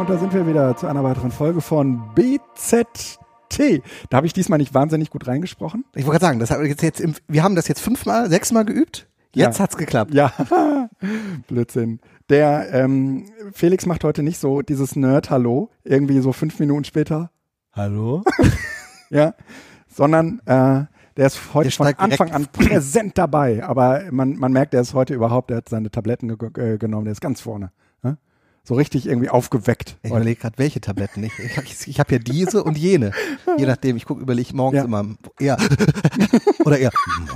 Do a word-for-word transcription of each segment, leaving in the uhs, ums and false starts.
da sind wir wieder zu einer weiteren Folge von B Z T. Da habe ich diesmal nicht wahnsinnig gut reingesprochen. Ich wollte gerade sagen, das haben wir, jetzt, jetzt im, wir haben das jetzt fünfmal, sechsmal geübt. Jetzt ja. hat's geklappt. Ja, Blödsinn. Der ähm, Felix macht heute nicht so dieses Nerd-Hallo, irgendwie so fünf Minuten später. Hallo? Ja, sondern äh, der ist heute der von Anfang an präsent dabei. Aber man, man merkt, der ist heute überhaupt, der hat seine Tabletten ge- äh, genommen, der ist ganz vorne. Ne? So richtig irgendwie aufgeweckt. Ich überlege gerade, welche Tabletten. Ich, ich, ich habe ja diese und jene. Je nachdem, ich gucke, überlege morgens ja. immer eher oder eher.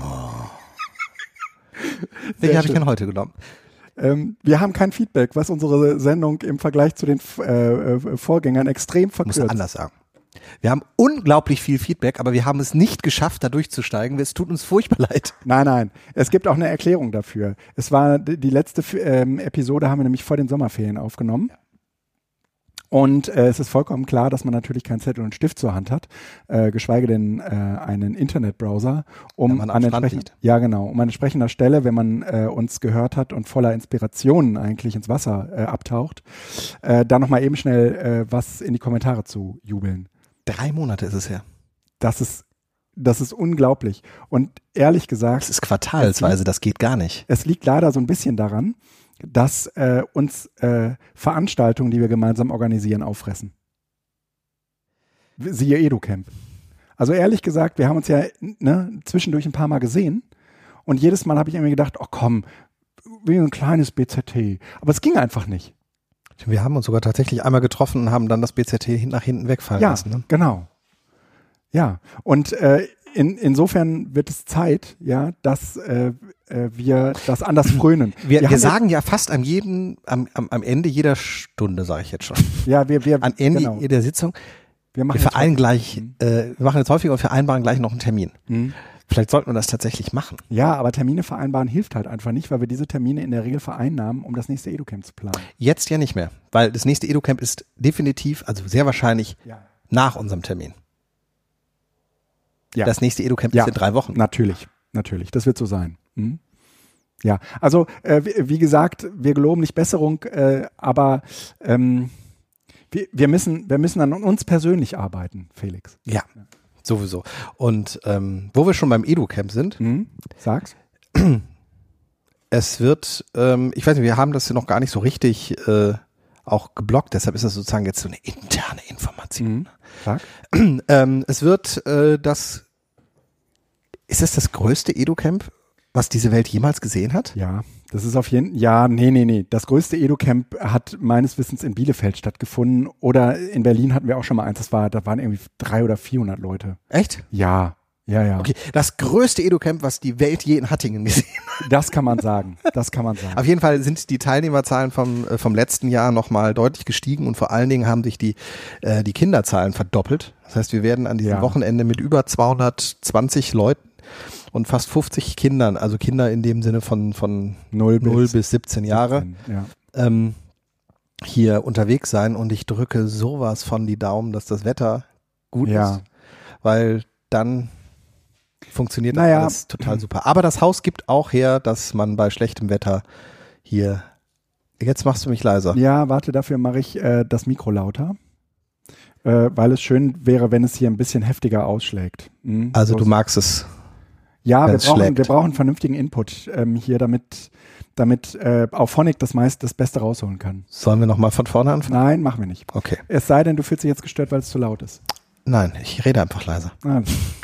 Welche habe ich denn heute genommen? Ähm, wir haben kein Feedback, was unsere Sendung im Vergleich zu den äh, äh, Vorgängern extrem verkürzt. Muss anders sagen. Wir haben unglaublich viel Feedback, aber wir haben es nicht geschafft, da durchzusteigen. Es tut uns furchtbar leid. Nein, nein. Es gibt auch eine Erklärung dafür. Es war die letzte ähm, Episode, haben wir nämlich vor den Sommerferien aufgenommen. Ja. Und äh, es ist vollkommen klar, dass man natürlich keinen Zettel und Stift zur Hand hat, äh, geschweige denn äh, einen Internetbrowser, um ja, an entsprechend, ja genau, um an entsprechender Stelle, wenn man äh, uns gehört hat und voller Inspirationen eigentlich ins Wasser äh, abtaucht, äh, da nochmal eben schnell äh, was in die Kommentare zu jubeln. Drei Monate ist es her. Das ist, das ist unglaublich. Und ehrlich gesagt. Das ist quartalsweise, das geht gar nicht. Es liegt leider so ein bisschen daran, dass äh, uns äh, Veranstaltungen, die wir gemeinsam organisieren, auffressen. Siehe EduCamp. Also ehrlich gesagt, wir haben uns ja ne, zwischendurch ein paar Mal gesehen und jedes Mal habe ich irgendwie gedacht, oh komm, wie ein kleines B Z T. Aber es ging einfach nicht. Wir haben uns sogar tatsächlich einmal getroffen und haben dann das B Z T nach hinten wegfallen ja, lassen. Ne? Genau. Ja, und äh, in, insofern wird es Zeit, ja, dass äh, äh, wir das anders frönen. Wir, wir, wir sagen ja fast am, jeden, am, am, am Ende jeder Stunde, sage ich jetzt schon. Ja, wir, wir Am Ende genau. der Sitzung. Wir, machen wir vereinen gleich, mhm. äh, wir machen jetzt häufiger und vereinbaren gleich noch einen Termin. Mhm. Vielleicht sollten wir das tatsächlich machen. Ja, aber Termine vereinbaren hilft halt einfach nicht, weil wir diese Termine in der Regel vereinnahmen, um das nächste EduCamp zu planen. Jetzt ja nicht mehr, weil das nächste EduCamp ist definitiv, also sehr wahrscheinlich ja. nach unserem Termin. Ja. Das nächste EduCamp ja. ist in drei Wochen. Natürlich, natürlich, das wird so sein. Mhm. Ja, also äh, wie, wie gesagt, wir geloben nicht Besserung, äh, aber ähm, wir, wir, müssen, wir müssen an uns persönlich arbeiten, Felix. Ja. ja. Sowieso. Und ähm, wo wir schon beim EduCamp sind, mhm. Sag's. Es wird, ähm, ich weiß nicht, wir haben das ja noch gar nicht so richtig äh, auch geblockt, deshalb ist das sozusagen jetzt so eine interne Information. Mhm. Sag. Ähm, es wird äh, das, ist das das größte EduCamp, was diese Welt jemals gesehen hat? Ja, das ist auf jeden Fall, ja, nee, nee, nee. Das größte EduCamp hat meines Wissens in Bielefeld stattgefunden oder in Berlin hatten wir auch schon mal eins, das war, da waren irgendwie dreihundert oder vierhundert Leute. Echt? Ja, ja, ja. Okay, das größte EduCamp, was die Welt je in Hattingen gesehen hat. Das kann man sagen, das kann man sagen. Auf jeden Fall sind die Teilnehmerzahlen vom, äh, vom letzten Jahr nochmal deutlich gestiegen und vor allen Dingen haben sich die, äh, die Kinderzahlen verdoppelt. Das heißt, wir werden an diesem ja. Wochenende mit über zweihundertzwanzig Leuten und fast fünfzig Kindern, also Kinder in dem Sinne von, von null bis siebzehn Jahre, siebzehn, ja. ähm, hier unterwegs sein und ich drücke sowas von die Daumen, dass das Wetter gut ja. ist, weil dann funktioniert naja. alles total super. Aber das Haus gibt auch her, dass man bei schlechtem Wetter hier, jetzt machst du mich leiser. Ja, warte, dafür mache ich äh, das Mikro lauter, äh, weil es schön wäre, wenn es hier ein bisschen heftiger ausschlägt. Mhm, also so du magst es. Ja, wir brauchen, wir brauchen vernünftigen Input ähm, hier, damit, damit äh, auch Phonic das meist das Beste rausholen kann. Sollen wir nochmal von vorne anfangen? Nein, machen wir nicht. Okay. Es sei denn, du fühlst dich jetzt gestört, weil es zu laut ist. Nein, ich rede einfach leiser. Ah.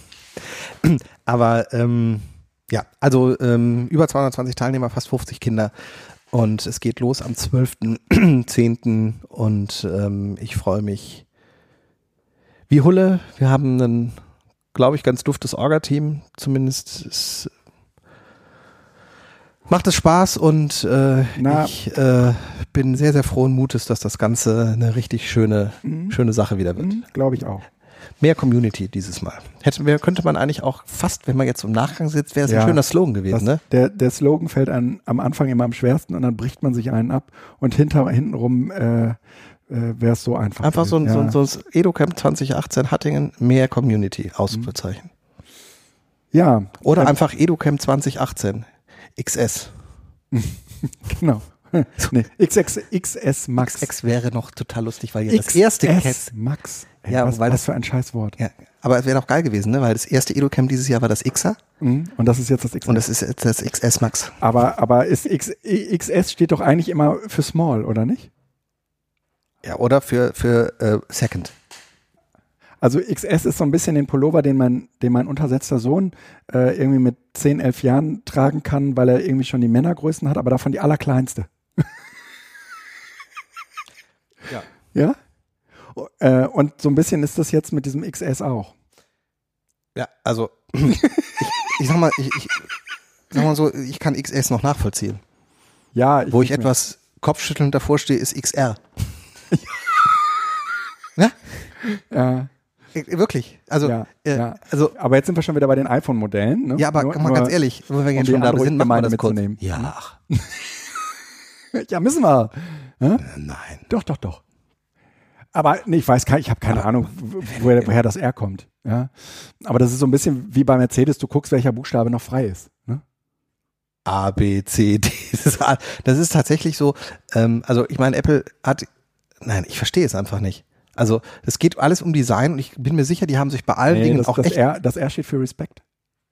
Aber ähm, ja, also ähm, über zweihundertzwanzig Teilnehmer, fast fünfzig Kinder und es geht los am zwölften zehnten und ähm, ich freue mich wie Hulle. Wir haben einen, glaube ich, ganz duftes Orga-Team, zumindest es macht es Spaß und äh, ich äh, bin sehr, sehr frohen Mutes, dass das Ganze eine richtig schöne, mhm. schöne Sache wieder wird. Mhm, glaube ich auch. Mehr Community dieses Mal. Hätten wir, könnte man eigentlich auch fast, wenn man jetzt im Nachgang sitzt, wäre es ja, ein schöner Slogan gewesen, das, ne? Der, der Slogan fällt an, am Anfang immer am schwersten und dann bricht man sich einen ab und hinter, hintenrum äh, äh, wäre es so einfach. Einfach so ein, ja. so ein, so ein EduCamp zwanzig achtzehn Hattingen, mehr Community, Ausrufezeichen. Ja. Oder ähm, einfach EduCamp zwanzig achtzehn, X S. Genau. nee, X X, X S Max. X X wäre noch total lustig, weil ja X das erste S Cat, Max. Ey, ja, was, weil was das für ein Scheißwort. Ja, aber es wäre doch geil gewesen, ne? Weil das erste Educam dieses Jahr war das Xer Mhm. Und das ist jetzt das X S. und das ist jetzt das X S Max. Aber, aber ist X, X S steht doch eigentlich immer für Small, oder nicht? Ja, oder für, für äh, Second. Also X S ist so ein bisschen den Pullover, den mein, den mein untersetzter Sohn äh, irgendwie mit zehn, elf Jahren tragen kann, weil er irgendwie schon die Männergrößen hat, aber davon die allerkleinste. Ja. Ja? Äh, und so ein bisschen ist das jetzt mit diesem X S auch. Ja, also ich, ich sag mal, ich, ich sag mal so, ich kann X S noch nachvollziehen. Ja, ich Wo ich nicht mehr. etwas kopfschüttelnd davor stehe, ist X R. Ja? Ja, Äh, Wirklich. Also, ja, äh, ja. also Aber jetzt sind wir schon wieder bei den iPhone-Modellen. Ne? ja, aber Nur- mal nur- ganz ehrlich, wenn wir um jetzt die schon da Android sind, machen wir Gemeinde das kurz. mitzunehmen. Ja, ach, Ja, müssen wir. Ja? nein. Doch, doch, doch. Aber nee, ich weiß, kein- ich habe keine Ahnung, woher, woher das R kommt. Ja? Aber das ist so ein bisschen wie bei Mercedes, du guckst, welcher Buchstabe noch frei ist. Ne? A, B, C, D. Das ist, das ist tatsächlich so, ähm, also ich meine, Apple hat, nein, ich verstehe es einfach nicht. Also es geht alles um Design und ich bin mir sicher, die haben sich bei allen Nee, Dingen das, auch das, echt... R, das R steht für Respekt.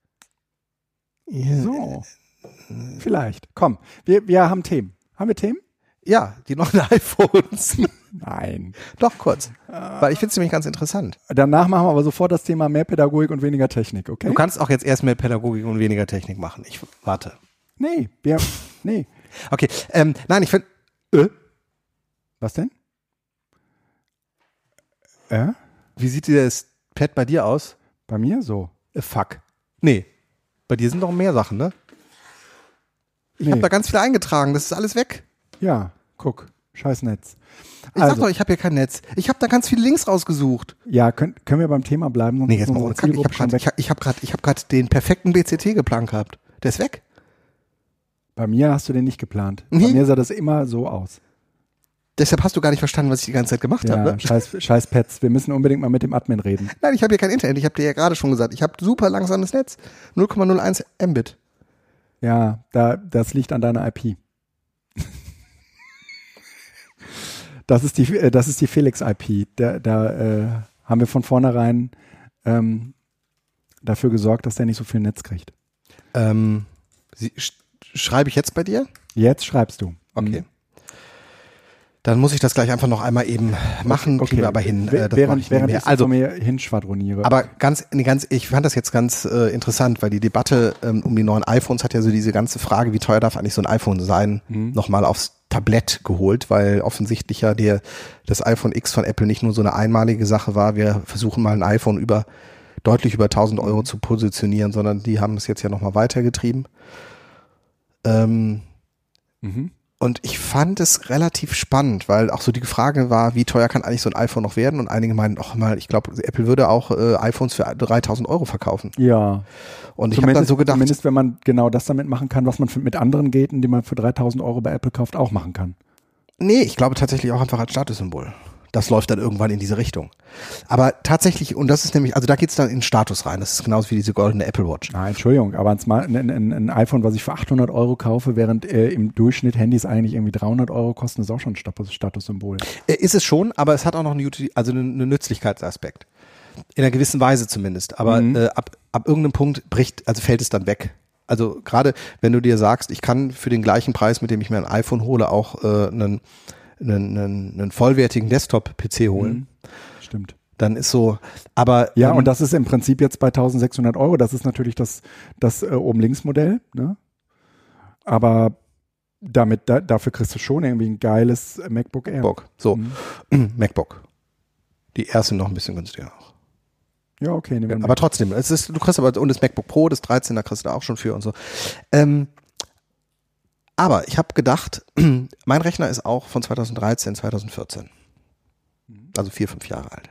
Ja, So. Vielleicht. Komm, wir, wir haben Themen. Haben wir Themen? Ja, die neuen iPhones. Nein. Doch, kurz. Weil ich finde es nämlich ganz interessant. Danach machen wir aber sofort das Thema mehr Pädagogik und weniger Technik, okay? Du kannst auch jetzt erst mehr Pädagogik und weniger Technik machen. Ich warte. Nee, wir, nee. Okay, ähm, nein, ich finde... Äh, Was denn? Äh? wie sieht das Pad bei dir aus? Bei mir so. Äh, fuck. Nee, bei dir sind noch mehr Sachen, ne? Ich Nee. habe da ganz viel eingetragen, das ist alles weg. Ja, guck. Scheiß Netz. Ich sag Also, doch, ich habe hier kein Netz. Ich habe da ganz viele Links rausgesucht. ja, können, können wir beim Thema bleiben? Sonst Nee, ist jetzt mal unsere ohne Kack. Ich Zielgruppe habe schon gerade weg. ich hab, ich hab grad, ich hab grad den perfekten B C T-Plan gehabt. Der ist weg. Bei mir hast du den nicht geplant. Bei Nee. mir sah das immer so aus. Deshalb hast du gar nicht verstanden, was ich die ganze Zeit gemacht Ja, habe. Ne? scheiß, scheiß Pets. Wir müssen unbedingt mal mit dem Admin reden. Nein, ich habe hier kein Internet. Ich habe dir ja gerade schon gesagt, ich habe super langsames Netz. null Komma null eins Mbit. Ja, da, das liegt an deiner I P. Das ist die, äh, das ist die Felix-I P. Da, da äh, haben wir von vornherein ähm, dafür gesorgt, dass der nicht so viel Netz kriegt. Ähm, sie, sch schreibe ich jetzt bei dir? Jetzt schreibst du. Okay. Dann muss ich das gleich einfach noch einmal eben machen, Okay. kriegen wir aber hin. W- Äh, das mach während ich während nebenher. ich so also, von mir hinschwadroniere. aber ganz, nee, ganz, ich fand das jetzt ganz äh, interessant, weil die Debatte ähm, um die neuen iPhones hat ja so diese ganze Frage, wie teuer darf eigentlich so ein iPhone sein, Mhm. nochmal aufs Tablett geholt, weil offensichtlich ja der, das iPhone X von Apple nicht nur so eine einmalige Sache war, wir versuchen mal ein iPhone über deutlich über tausend Euro zu positionieren, sondern die haben es jetzt ja nochmal weitergetrieben. Ähm, Mhm. Und ich fand es relativ spannend, weil auch so die Frage war, wie teuer kann eigentlich so ein iPhone noch werden? Und einige meinen, ach mal, ich glaube, Apple würde auch äh, iPhones für dreitausend Euro verkaufen. Ja. Und ich habe dann so gedacht, Zumindest wenn man genau das damit machen kann, was man für, mit anderen Geräten, die man für dreitausend Euro bei Apple kauft, auch machen kann. nee, ich glaube tatsächlich auch einfach als Statussymbol. Das läuft dann irgendwann in diese Richtung. Aber tatsächlich, und das ist nämlich, also da geht's dann in Status rein. Das ist genauso wie diese goldene Apple Watch. Nein, Entschuldigung, aber ein, Smart, ein, ein, ein iPhone, was ich für achthundert Euro kaufe, während äh, im Durchschnitt Handys eigentlich irgendwie dreihundert Euro kosten, ist auch schon ein Status, Statussymbol. Äh, Ist es schon, aber es hat auch noch einen, Util- also einen einen Nützlichkeitsaspekt. In einer gewissen Weise zumindest. Aber Mhm. äh, ab, ab irgendeinem Punkt bricht, also fällt es dann weg. Also gerade wenn du dir sagst, ich kann für den gleichen Preis, mit dem ich mir ein iPhone hole, auch äh, einen, einen, einen, einen vollwertigen Desktop-P C holen, Mhm. Stimmt. dann ist so, aber Ja, ähm, und das ist im Prinzip jetzt bei eintausendsechshundert Euro. Das ist natürlich das, das äh, oben-links-Modell. Ne? Aber damit, da, dafür kriegst du schon irgendwie ein geiles äh, MacBook Air. MacBook. So, Mhm. MacBook. Die erste noch ein bisschen günstiger auch. Ja, okay. nehmen wir Aber trotzdem, es ist, du kriegst aber, und das MacBook Pro, das dreizehner kriegst du da auch schon für und so. Ähm, aber ich habe gedacht, mein Rechner ist auch von zweitausenddreizehn, zweitausendvierzehn. Also vier, fünf Jahre alt.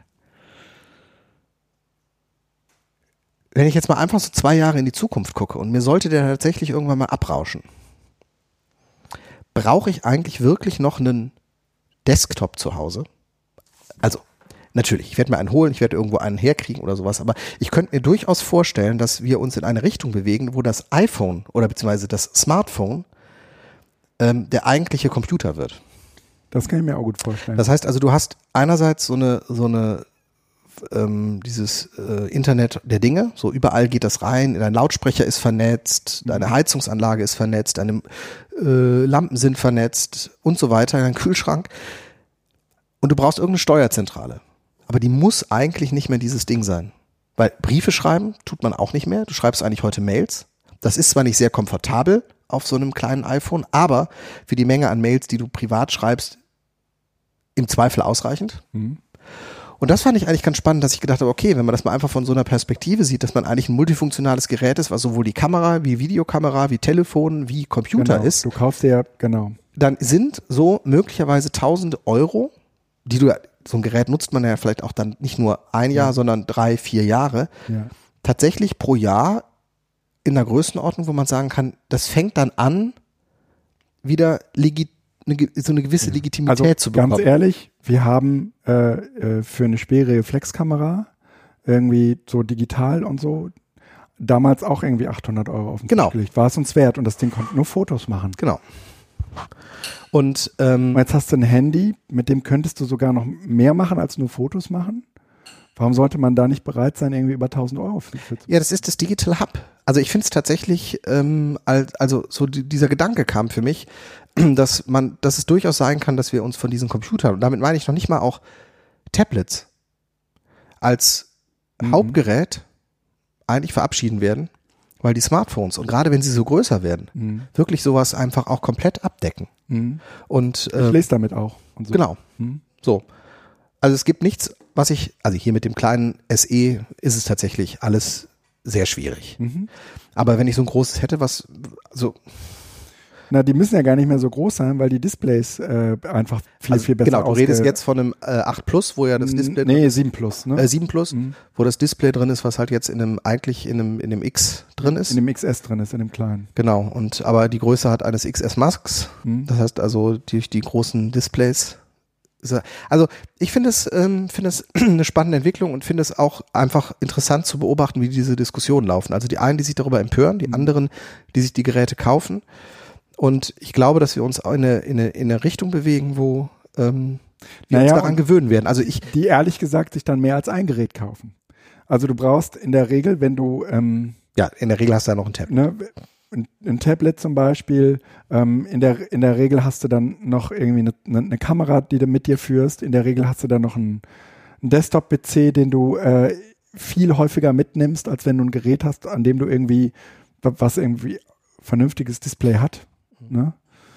Wenn ich jetzt mal einfach so zwei Jahre in die Zukunft gucke und mir sollte der tatsächlich irgendwann mal abrauschen, brauche ich eigentlich wirklich noch einen Desktop zu Hause? Also, natürlich, ich werde mir einen holen, ich werde irgendwo einen herkriegen oder sowas, aber ich könnte mir durchaus vorstellen, dass wir uns in eine Richtung bewegen, wo das iPhone oder beziehungsweise das Smartphone ähm, der eigentliche Computer wird. Das kann ich mir auch gut vorstellen. Das heißt also, du hast einerseits so eine, so eine, ähm, dieses äh, Internet der Dinge, so überall geht das rein, dein Lautsprecher ist vernetzt, deine Heizungsanlage ist vernetzt, deine äh, Lampen sind vernetzt und so weiter, dein Kühlschrank. Und du brauchst irgendeine Steuerzentrale. Aber die muss eigentlich nicht mehr dieses Ding sein. Weil Briefe schreiben tut man auch nicht mehr. Du schreibst eigentlich heute Mails. Das ist zwar nicht sehr komfortabel auf so einem kleinen iPhone, aber für die Menge an Mails, die du privat schreibst, im Zweifel ausreichend. Mhm. Und das fand ich eigentlich ganz spannend, dass ich gedacht habe, okay, wenn man das mal einfach von so einer Perspektive sieht, dass man eigentlich ein multifunktionales Gerät ist, was sowohl die Kamera, wie Videokamera, wie Telefon, wie Computer genau. ist. Du kaufst dir ja, genau. Dann sind so möglicherweise tausende Euro, die du, so ein Gerät nutzt man ja vielleicht auch dann nicht nur ein Jahr, ja. sondern drei, vier Jahre, ja. tatsächlich pro Jahr in der Größenordnung, wo man sagen kann, das fängt dann an, wieder legit, eine, so eine gewisse Legitimität also, zu bekommen. Ganz ehrlich, wir haben äh, äh, für eine Sperreflexkamera irgendwie so digital und so damals auch irgendwie achthundert Euro auf den genau. Tisch gelegt. War es uns wert und das Ding konnte nur Fotos machen. Genau. Und, ähm, und jetzt hast du ein Handy, mit dem könntest du sogar noch mehr machen als nur Fotos machen. Warum sollte man da nicht bereit sein, irgendwie über tausend Euro für, für zu Ja, das ist das Digital Hub. Also ich finde es tatsächlich, ähm, also so die, dieser Gedanke kam für mich, dass man, dass es durchaus sein kann, dass wir uns von diesen Computern, und damit meine ich noch nicht mal auch Tablets, als mhm. Hauptgerät eigentlich verabschieden werden, weil die Smartphones, und gerade wenn sie so größer werden, mhm. wirklich sowas einfach auch komplett abdecken. Mhm. Und äh, ich lese damit auch. Und so. Genau. Mhm. So. Also es gibt nichts, was ich, also hier mit dem kleinen S E ist es tatsächlich alles sehr schwierig. Mhm. Aber wenn ich so ein großes hätte, was so. Na, die müssen ja gar nicht mehr so groß sein, weil die Displays äh, einfach viel, also, viel besser Genau, du ausge- redest jetzt von einem äh, acht Plus, wo ja das Display Nee, drin sieben Plus, ne? Äh, sieben Plus, mhm. wo das Display drin ist, was halt jetzt in einem, eigentlich in einem, in einem X drin ist. In dem X S drin ist, in dem kleinen. Genau, und aber die Größe hat eines X S Max. Mhm. Das heißt also, durch die großen Displays. Also ich finde es, ähm, finde es eine spannende Entwicklung und finde es auch einfach interessant zu beobachten, wie diese Diskussionen laufen. Also die einen, die sich darüber empören, die mhm. anderen, die sich die Geräte kaufen. Und ich glaube, dass wir uns in eine, in eine, in eine Richtung bewegen, wo ähm, wir naja, uns daran gewöhnen werden. Also ich, die ehrlich gesagt sich dann mehr als ein Gerät kaufen. Also du brauchst in der Regel, wenn du ähm, ja, in der Regel hast du ja noch ein Tablet. Ne, ein, ein Tablet zum Beispiel, ähm, in der in der Regel hast du dann noch irgendwie eine, eine, eine Kamera, die du mit dir führst. In der Regel hast du dann noch einen, einen Desktop-P C, den du äh, viel häufiger mitnimmst, als wenn du ein Gerät hast, an dem du irgendwie was irgendwie vernünftiges Display hat. Ne?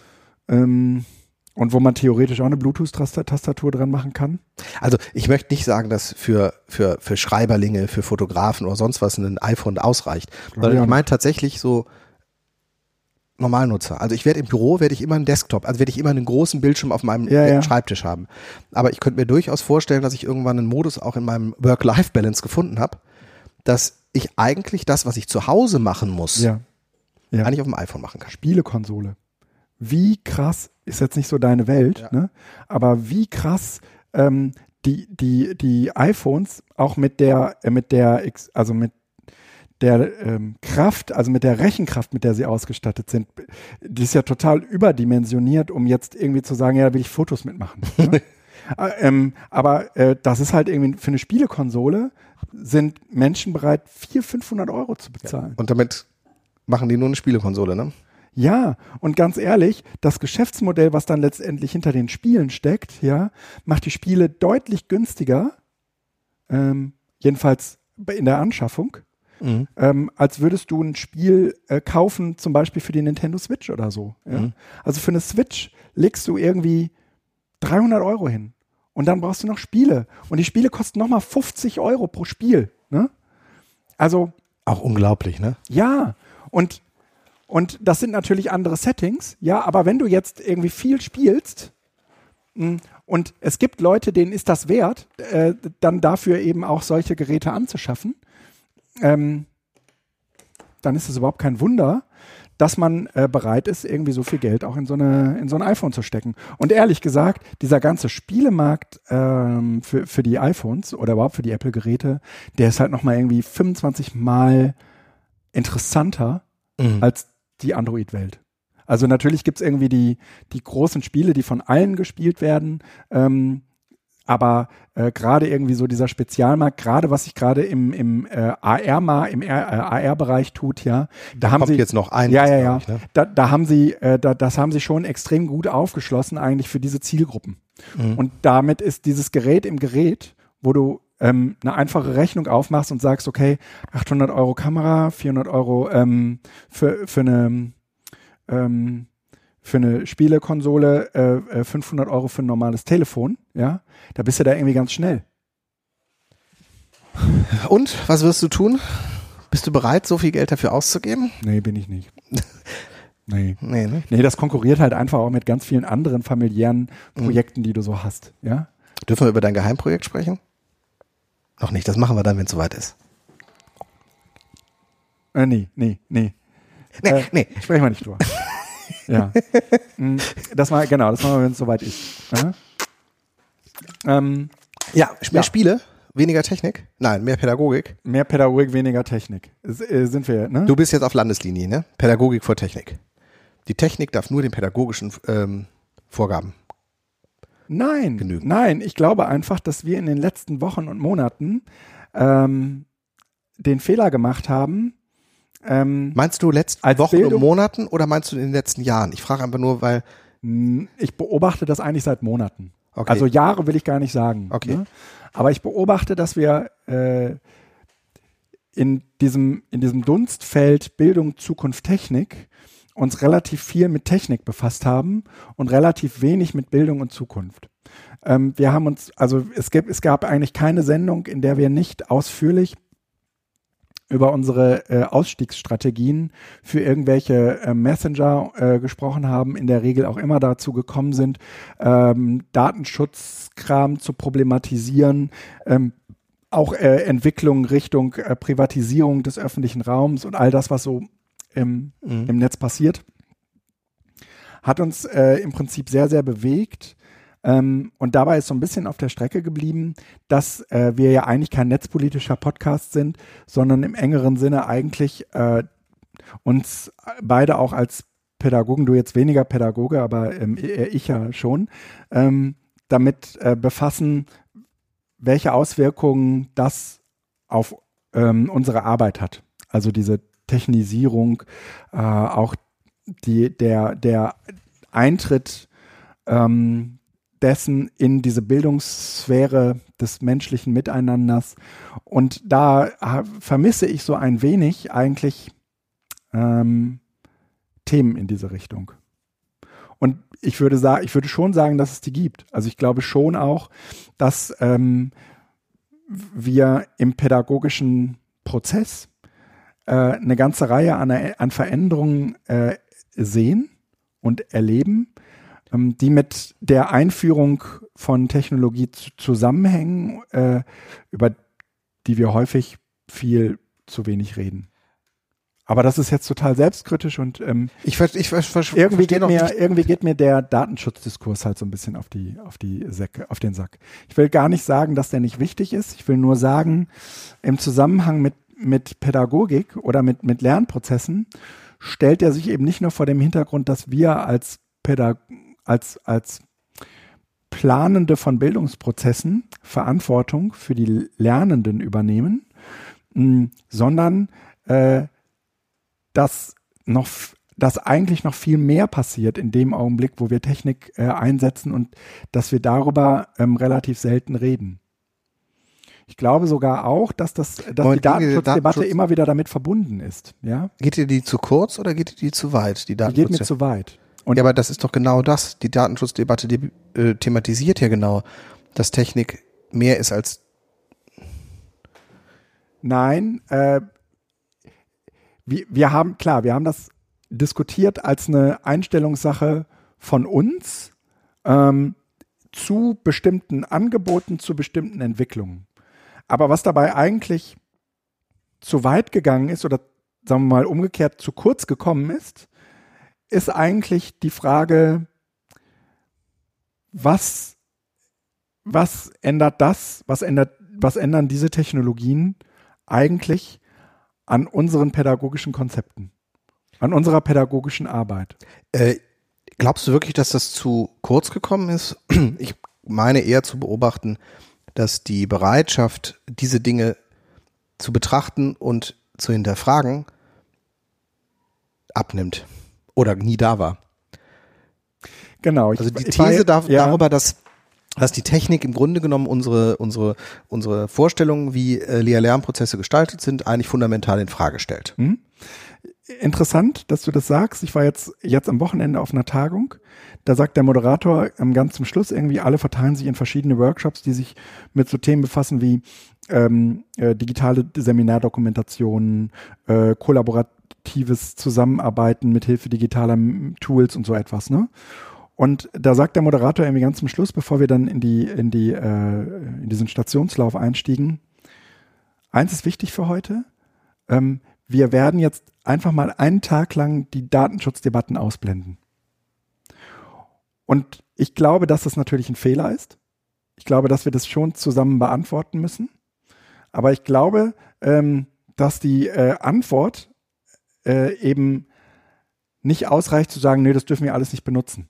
Ähm, und wo man theoretisch auch eine Bluetooth-Tastatur dran machen kann. Also ich möchte nicht sagen, dass für, für, für Schreiberlinge, für Fotografen oder sonst was ein iPhone ausreicht. Sondern ich meine tatsächlich so Normalnutzer. Also ich werde im Büro, werde ich immer einen Desktop, also werde ich immer einen großen Bildschirm auf meinem ja, ja. Schreibtisch haben. Aber ich könnte mir durchaus vorstellen, dass ich irgendwann einen Modus auch in meinem Work-Life-Balance gefunden habe, dass ich eigentlich das, was ich zu Hause machen muss, ja. Ja. eigentlich auf dem iPhone machen kann. Spielekonsole. Wie krass, ist jetzt nicht so deine Welt, ja. ne? Aber wie krass ähm, die, die, die iPhones auch mit der, äh, mit der, also mit der ähm, Kraft, also mit der Rechenkraft, mit der sie ausgestattet sind, die ist ja total überdimensioniert, um jetzt irgendwie zu sagen, ja, da will ich Fotos mitmachen. Ne? äh, ähm, aber äh, das ist halt irgendwie für eine Spielekonsole sind Menschen bereit, vierhundert, fünfhundert Euro zu bezahlen. Ja. Und damit machen die nur eine Spielekonsole, ne? Ja, und ganz ehrlich, das Geschäftsmodell, was dann letztendlich hinter den Spielen steckt, ja, macht die Spiele deutlich günstiger, ähm, jedenfalls in der Anschaffung, mhm. ähm, als würdest du ein Spiel äh, kaufen, zum Beispiel für die Nintendo Switch oder so. Ja? Mhm. Also für eine Switch legst du irgendwie dreihundert Euro hin und dann brauchst du noch Spiele und die Spiele kosten nochmal fünfzig Euro pro Spiel. Ne? Also auch unglaublich, ne? Ja, und Und das sind natürlich andere Settings, ja, aber wenn du jetzt irgendwie viel spielst mh, und es gibt Leute, denen ist das wert, äh, dann dafür eben auch solche Geräte anzuschaffen, ähm, dann ist es überhaupt kein Wunder, dass man äh, bereit ist, irgendwie so viel Geld auch in so eine in so ein iPhone zu stecken. Und ehrlich gesagt, dieser ganze Spielemarkt ähm, für, für die iPhones oder überhaupt für die Apple-Geräte, der ist halt nochmal irgendwie fünfundzwanzig Mal interessanter mhm. als die Android-Welt. Also natürlich gibt's irgendwie die, die großen Spiele, die von allen gespielt werden, ähm, aber äh, gerade irgendwie so dieser Spezialmarkt, gerade was sich gerade im, im äh, A R, im äh, A R-Bereich tut, ja, da, da haben kommt sie jetzt noch ein. Ja, ja, ja. Ich, ne? Da, da haben sie, äh, da, das haben sie schon extrem gut aufgeschlossen eigentlich für diese Zielgruppen. Mhm. Und damit ist dieses Gerät im Gerät, wo du ähm, eine einfache Rechnung aufmachst und sagst, okay, achthundert Euro Kamera, vierhundert Euro ähm, für für eine ähm, für eine Spielekonsole, äh, fünfhundert Euro für ein normales Telefon, ja, da bist du da irgendwie ganz schnell. Und, was wirst du tun? Bist du bereit, so viel Geld dafür auszugeben? Nee, bin ich nicht. Nee. Nee, ne? Nee, das konkurriert halt einfach auch mit ganz vielen anderen familiären Projekten, mhm. die du so hast, ja. Dürfen wir über dein Geheimprojekt sprechen? Noch nicht, das machen wir dann, wenn es soweit ist. Äh, nee, nee, nee. Nee, äh, nee. Sprechen wir nicht drüber. Ja. Das war, genau, das machen wir, wenn es soweit ist. Ja, ähm, ja mehr ja. Spiele, weniger Technik? Nein, mehr Pädagogik. Mehr Pädagogik, weniger Technik. S- äh, sind wir, ne? Du bist jetzt auf Landeslinie, ne? Pädagogik vor Technik. Die Technik darf nur den pädagogischen ähm, Vorgaben Nein, genügen. Nein, ich glaube einfach, dass wir in den letzten Wochen und Monaten ähm, den Fehler gemacht haben. Ähm, meinst du letzten Wochen Bildung? und Monaten oder meinst du in den letzten Jahren? Ich frage einfach nur, weil... Ich beobachte das eigentlich seit Monaten. Okay. Also Jahre will ich gar nicht sagen. Okay. Ne? Aber ich beobachte, dass wir äh, in diesem, in diesem Dunstfeld Bildung, Zukunft, Technik uns relativ viel mit Technik befasst haben und relativ wenig mit Bildung und Zukunft. Ähm, wir haben uns, also es gibt, es gab eigentlich keine Sendung, in der wir nicht ausführlich über unsere äh, Ausstiegsstrategien für irgendwelche äh, Messenger äh, gesprochen haben, in der Regel auch immer dazu gekommen sind, ähm, Datenschutzkram zu problematisieren, ähm, auch äh, Entwicklung Richtung äh, Privatisierung des öffentlichen Raums und all das, was so im, mhm. im Netz passiert, hat uns äh, im Prinzip sehr, sehr bewegt. Ähm, und dabei ist so ein bisschen auf der Strecke geblieben, dass äh, wir ja eigentlich kein netzpolitischer Podcast sind, sondern im engeren Sinne eigentlich äh, uns beide auch als Pädagogen, du jetzt weniger Pädagoge, aber ähm, ich ja schon, ähm, damit äh, befassen, welche Auswirkungen das auf ähm, unsere Arbeit hat. Also diese Technisierung, äh, auch die, der, der Eintritt ähm, dessen in diese Bildungssphäre des menschlichen Miteinanders. Und da äh, vermisse ich so ein wenig eigentlich ähm, Themen in diese Richtung. Und ich würde sagen, ich würde schon sagen, dass es die gibt. Also ich glaube schon auch, dass ähm, wir im pädagogischen Prozess äh, eine ganze Reihe an, an Veränderungen äh, sehen und erleben, ähm, die mit der Einführung von Technologie zu, zusammenhängen, äh, über die wir häufig viel zu wenig reden. Aber das ist jetzt total selbstkritisch und ähm, ich, ver- ich ver- ver- irgendwie, geht noch mir, nicht. irgendwie geht mir der Datenschutzdiskurs halt so ein bisschen auf die, auf die Säcke, auf den Sack. Ich will gar nicht sagen, dass der nicht wichtig ist. Ich will nur sagen, im Zusammenhang mit, mit Pädagogik oder mit, mit Lernprozessen stellt er sich eben nicht nur vor dem Hintergrund, dass wir als Pädag- als, als Planende von Bildungsprozessen Verantwortung für die Lernenden übernehmen, mh, sondern äh, dass noch, dass eigentlich noch viel mehr passiert in dem Augenblick, wo wir Technik äh, einsetzen und dass wir darüber ähm, relativ selten reden. Ich glaube sogar auch, dass das, dass Moment, die Datenschutzdebatte Datenschutz immer wieder damit verbunden ist. Ja? Geht dir die zu kurz oder geht dir die zu weit? Die, die geht mir zu weit. Und ja, aber das ist doch genau das. Die Datenschutzdebatte, die äh, thematisiert ja genau, dass Technik mehr ist als... Nein, äh, Wir, wir haben, klar, wir haben das diskutiert als eine Einstellungssache von uns ähm, zu bestimmten Angeboten, zu bestimmten Entwicklungen. Aber was dabei eigentlich zu weit gegangen ist oder sagen wir mal umgekehrt zu kurz gekommen ist, ist eigentlich die Frage, was, was ändert das, was ändert, was ändern diese Technologien eigentlich an unseren pädagogischen Konzepten? An unserer pädagogischen Arbeit. Äh, glaubst du wirklich, dass das zu kurz gekommen ist? Ich meine eher zu beobachten, dass die Bereitschaft, diese Dinge zu betrachten und zu hinterfragen, abnimmt oder nie da war. Genau. Also die These war, da, ja. darüber, dass, dass die Technik im Grunde genommen unsere, unsere, unsere Vorstellungen, wie äh, Lehr-Lernprozesse gestaltet sind, eigentlich fundamental in Frage stellt. Hm? Interessant, dass du das sagst. Ich war jetzt, jetzt am Wochenende auf einer Tagung. Da sagt der Moderator ähm, ganz zum Schluss irgendwie, alle verteilen sich in verschiedene Workshops, die sich mit so Themen befassen wie ähm, äh, digitale Seminardokumentationen, äh, kollaboratives Zusammenarbeiten mit Hilfe digitaler Tools und so etwas, ne? Und da sagt der Moderator irgendwie ganz zum Schluss, bevor wir dann in die, in die, äh, in diesen Stationslauf einstiegen, eins ist wichtig für heute, ähm, wir werden jetzt einfach mal einen Tag lang die Datenschutzdebatten ausblenden. Und ich glaube, dass das natürlich ein Fehler ist. Ich glaube, dass wir das schon zusammen beantworten müssen. Aber ich glaube, ähm, dass die äh, Antwort äh, eben nicht ausreicht zu sagen, nee, das dürfen wir alles nicht benutzen.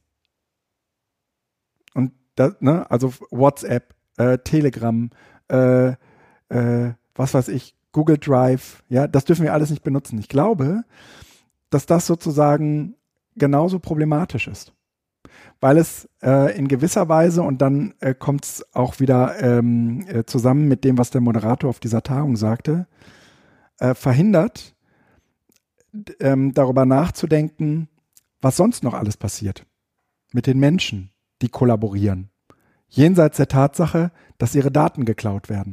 Und das, ne, also WhatsApp, äh, Telegram, äh, äh, was weiß ich, Google Drive, ja, das dürfen wir alles nicht benutzen. Ich glaube, dass das sozusagen genauso problematisch ist. Weil es äh, in gewisser Weise, und dann äh, kommt es auch wieder ähm, äh, zusammen mit dem, was der Moderator auf dieser Tagung sagte, äh, verhindert, d- ähm, darüber nachzudenken, was sonst noch alles passiert mit den Menschen, die kollaborieren. Jenseits der Tatsache, dass ihre Daten geklaut werden.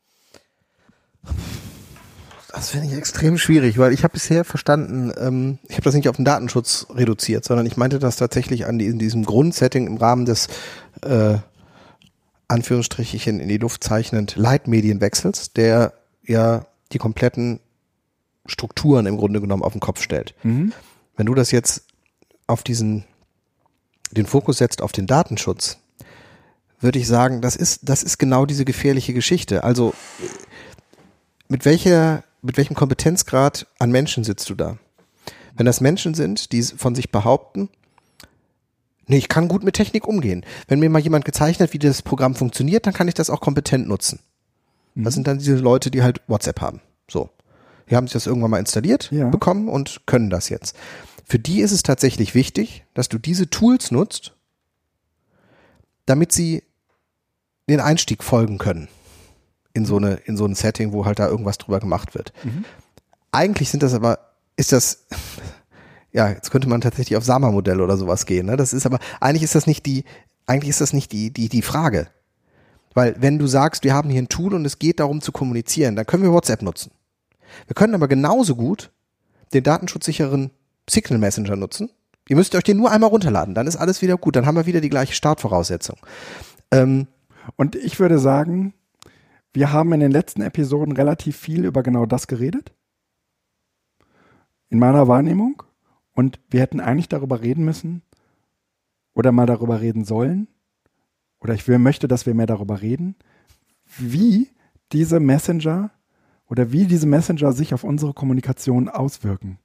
Das finde ich extrem schwierig, weil ich habe bisher verstanden, ähm, ich habe das nicht auf den Datenschutz reduziert, sondern ich meinte das tatsächlich an die, in diesem Grundsetting im Rahmen des äh, Anführungsstrichchen in die Luft zeichnend Leitmedienwechsels, der ja die kompletten Strukturen im Grunde genommen auf den Kopf stellt. Mhm. Wenn du das jetzt auf diesen, den Fokus setzt auf den Datenschutz, würde ich sagen, das ist, das ist genau diese gefährliche Geschichte. Also mit welcher Mit welchem Kompetenzgrad an Menschen sitzt du da? Wenn das Menschen sind, die von sich behaupten, nee, ich kann gut mit Technik umgehen. Wenn mir mal jemand gezeichnet, wie das Programm funktioniert, dann kann ich das auch kompetent nutzen. Mhm. Das sind dann diese Leute, die halt WhatsApp haben. So. Die haben sich das irgendwann mal installiert ja. bekommen und können das jetzt. Für die ist es tatsächlich wichtig, dass du diese Tools nutzt, damit sie den Einstieg folgen können. in so eine, in so ein Setting, wo halt da irgendwas drüber gemacht wird. Mhm. Eigentlich sind das aber, ist das, ja, jetzt könnte man tatsächlich auf Sama-Modell oder sowas gehen, ne? Das ist aber, eigentlich ist das nicht die, eigentlich ist das nicht die, die, die Frage. Weil wenn du sagst, wir haben hier ein Tool und es geht darum zu kommunizieren, dann können wir WhatsApp nutzen. Wir können aber genauso gut den datenschutzsicheren Signal Messenger nutzen. Ihr müsst euch den nur einmal runterladen, dann ist alles wieder gut, dann haben wir wieder die gleiche Startvoraussetzung. Ähm, und ich würde sagen, wir haben in den letzten Episoden relativ viel über genau das geredet. In meiner Wahrnehmung. Und wir hätten eigentlich darüber reden müssen oder mal darüber reden sollen. Oder ich will, möchte, dass wir mehr darüber reden, wie diese Messenger oder wie diese Messenger sich auf unsere Kommunikation auswirken.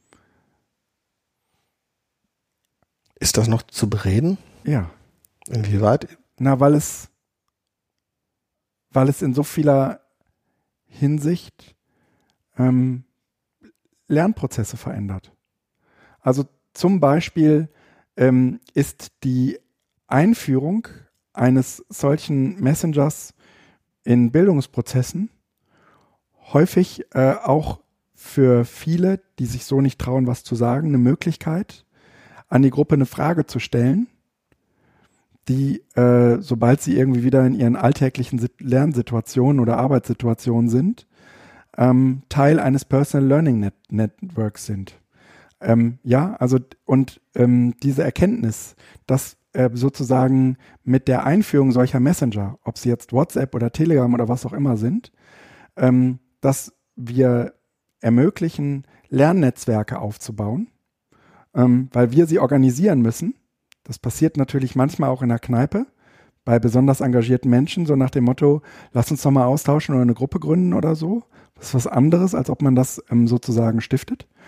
Ist das noch zu bereden? Ja. Inwieweit? Na, weil es weil es in so vieler Hinsicht ähm, Lernprozesse verändert. Also zum Beispiel ähm, ist die Einführung eines solchen Messengers in Bildungsprozessen häufig äh, auch für viele, die sich so nicht trauen, was zu sagen, eine Möglichkeit, an die Gruppe eine Frage zu stellen, die, äh, sobald sie irgendwie wieder in ihren alltäglichen Sit- Lernsituationen oder Arbeitssituationen sind, ähm, Teil eines Personal Learning Net- Networks sind. Ähm, ja, also und ähm, diese Erkenntnis, dass äh, sozusagen mit der Einführung solcher Messenger, ob sie jetzt WhatsApp oder Telegram oder was auch immer sind, ähm, dass wir ermöglichen, Lernnetzwerke aufzubauen, ähm, weil wir sie organisieren müssen. Das passiert natürlich manchmal auch in der Kneipe, bei besonders engagierten Menschen, so nach dem Motto, lass uns doch mal austauschen oder eine Gruppe gründen oder so. Das ist was anderes, als ob man das ähm, sozusagen stiftet.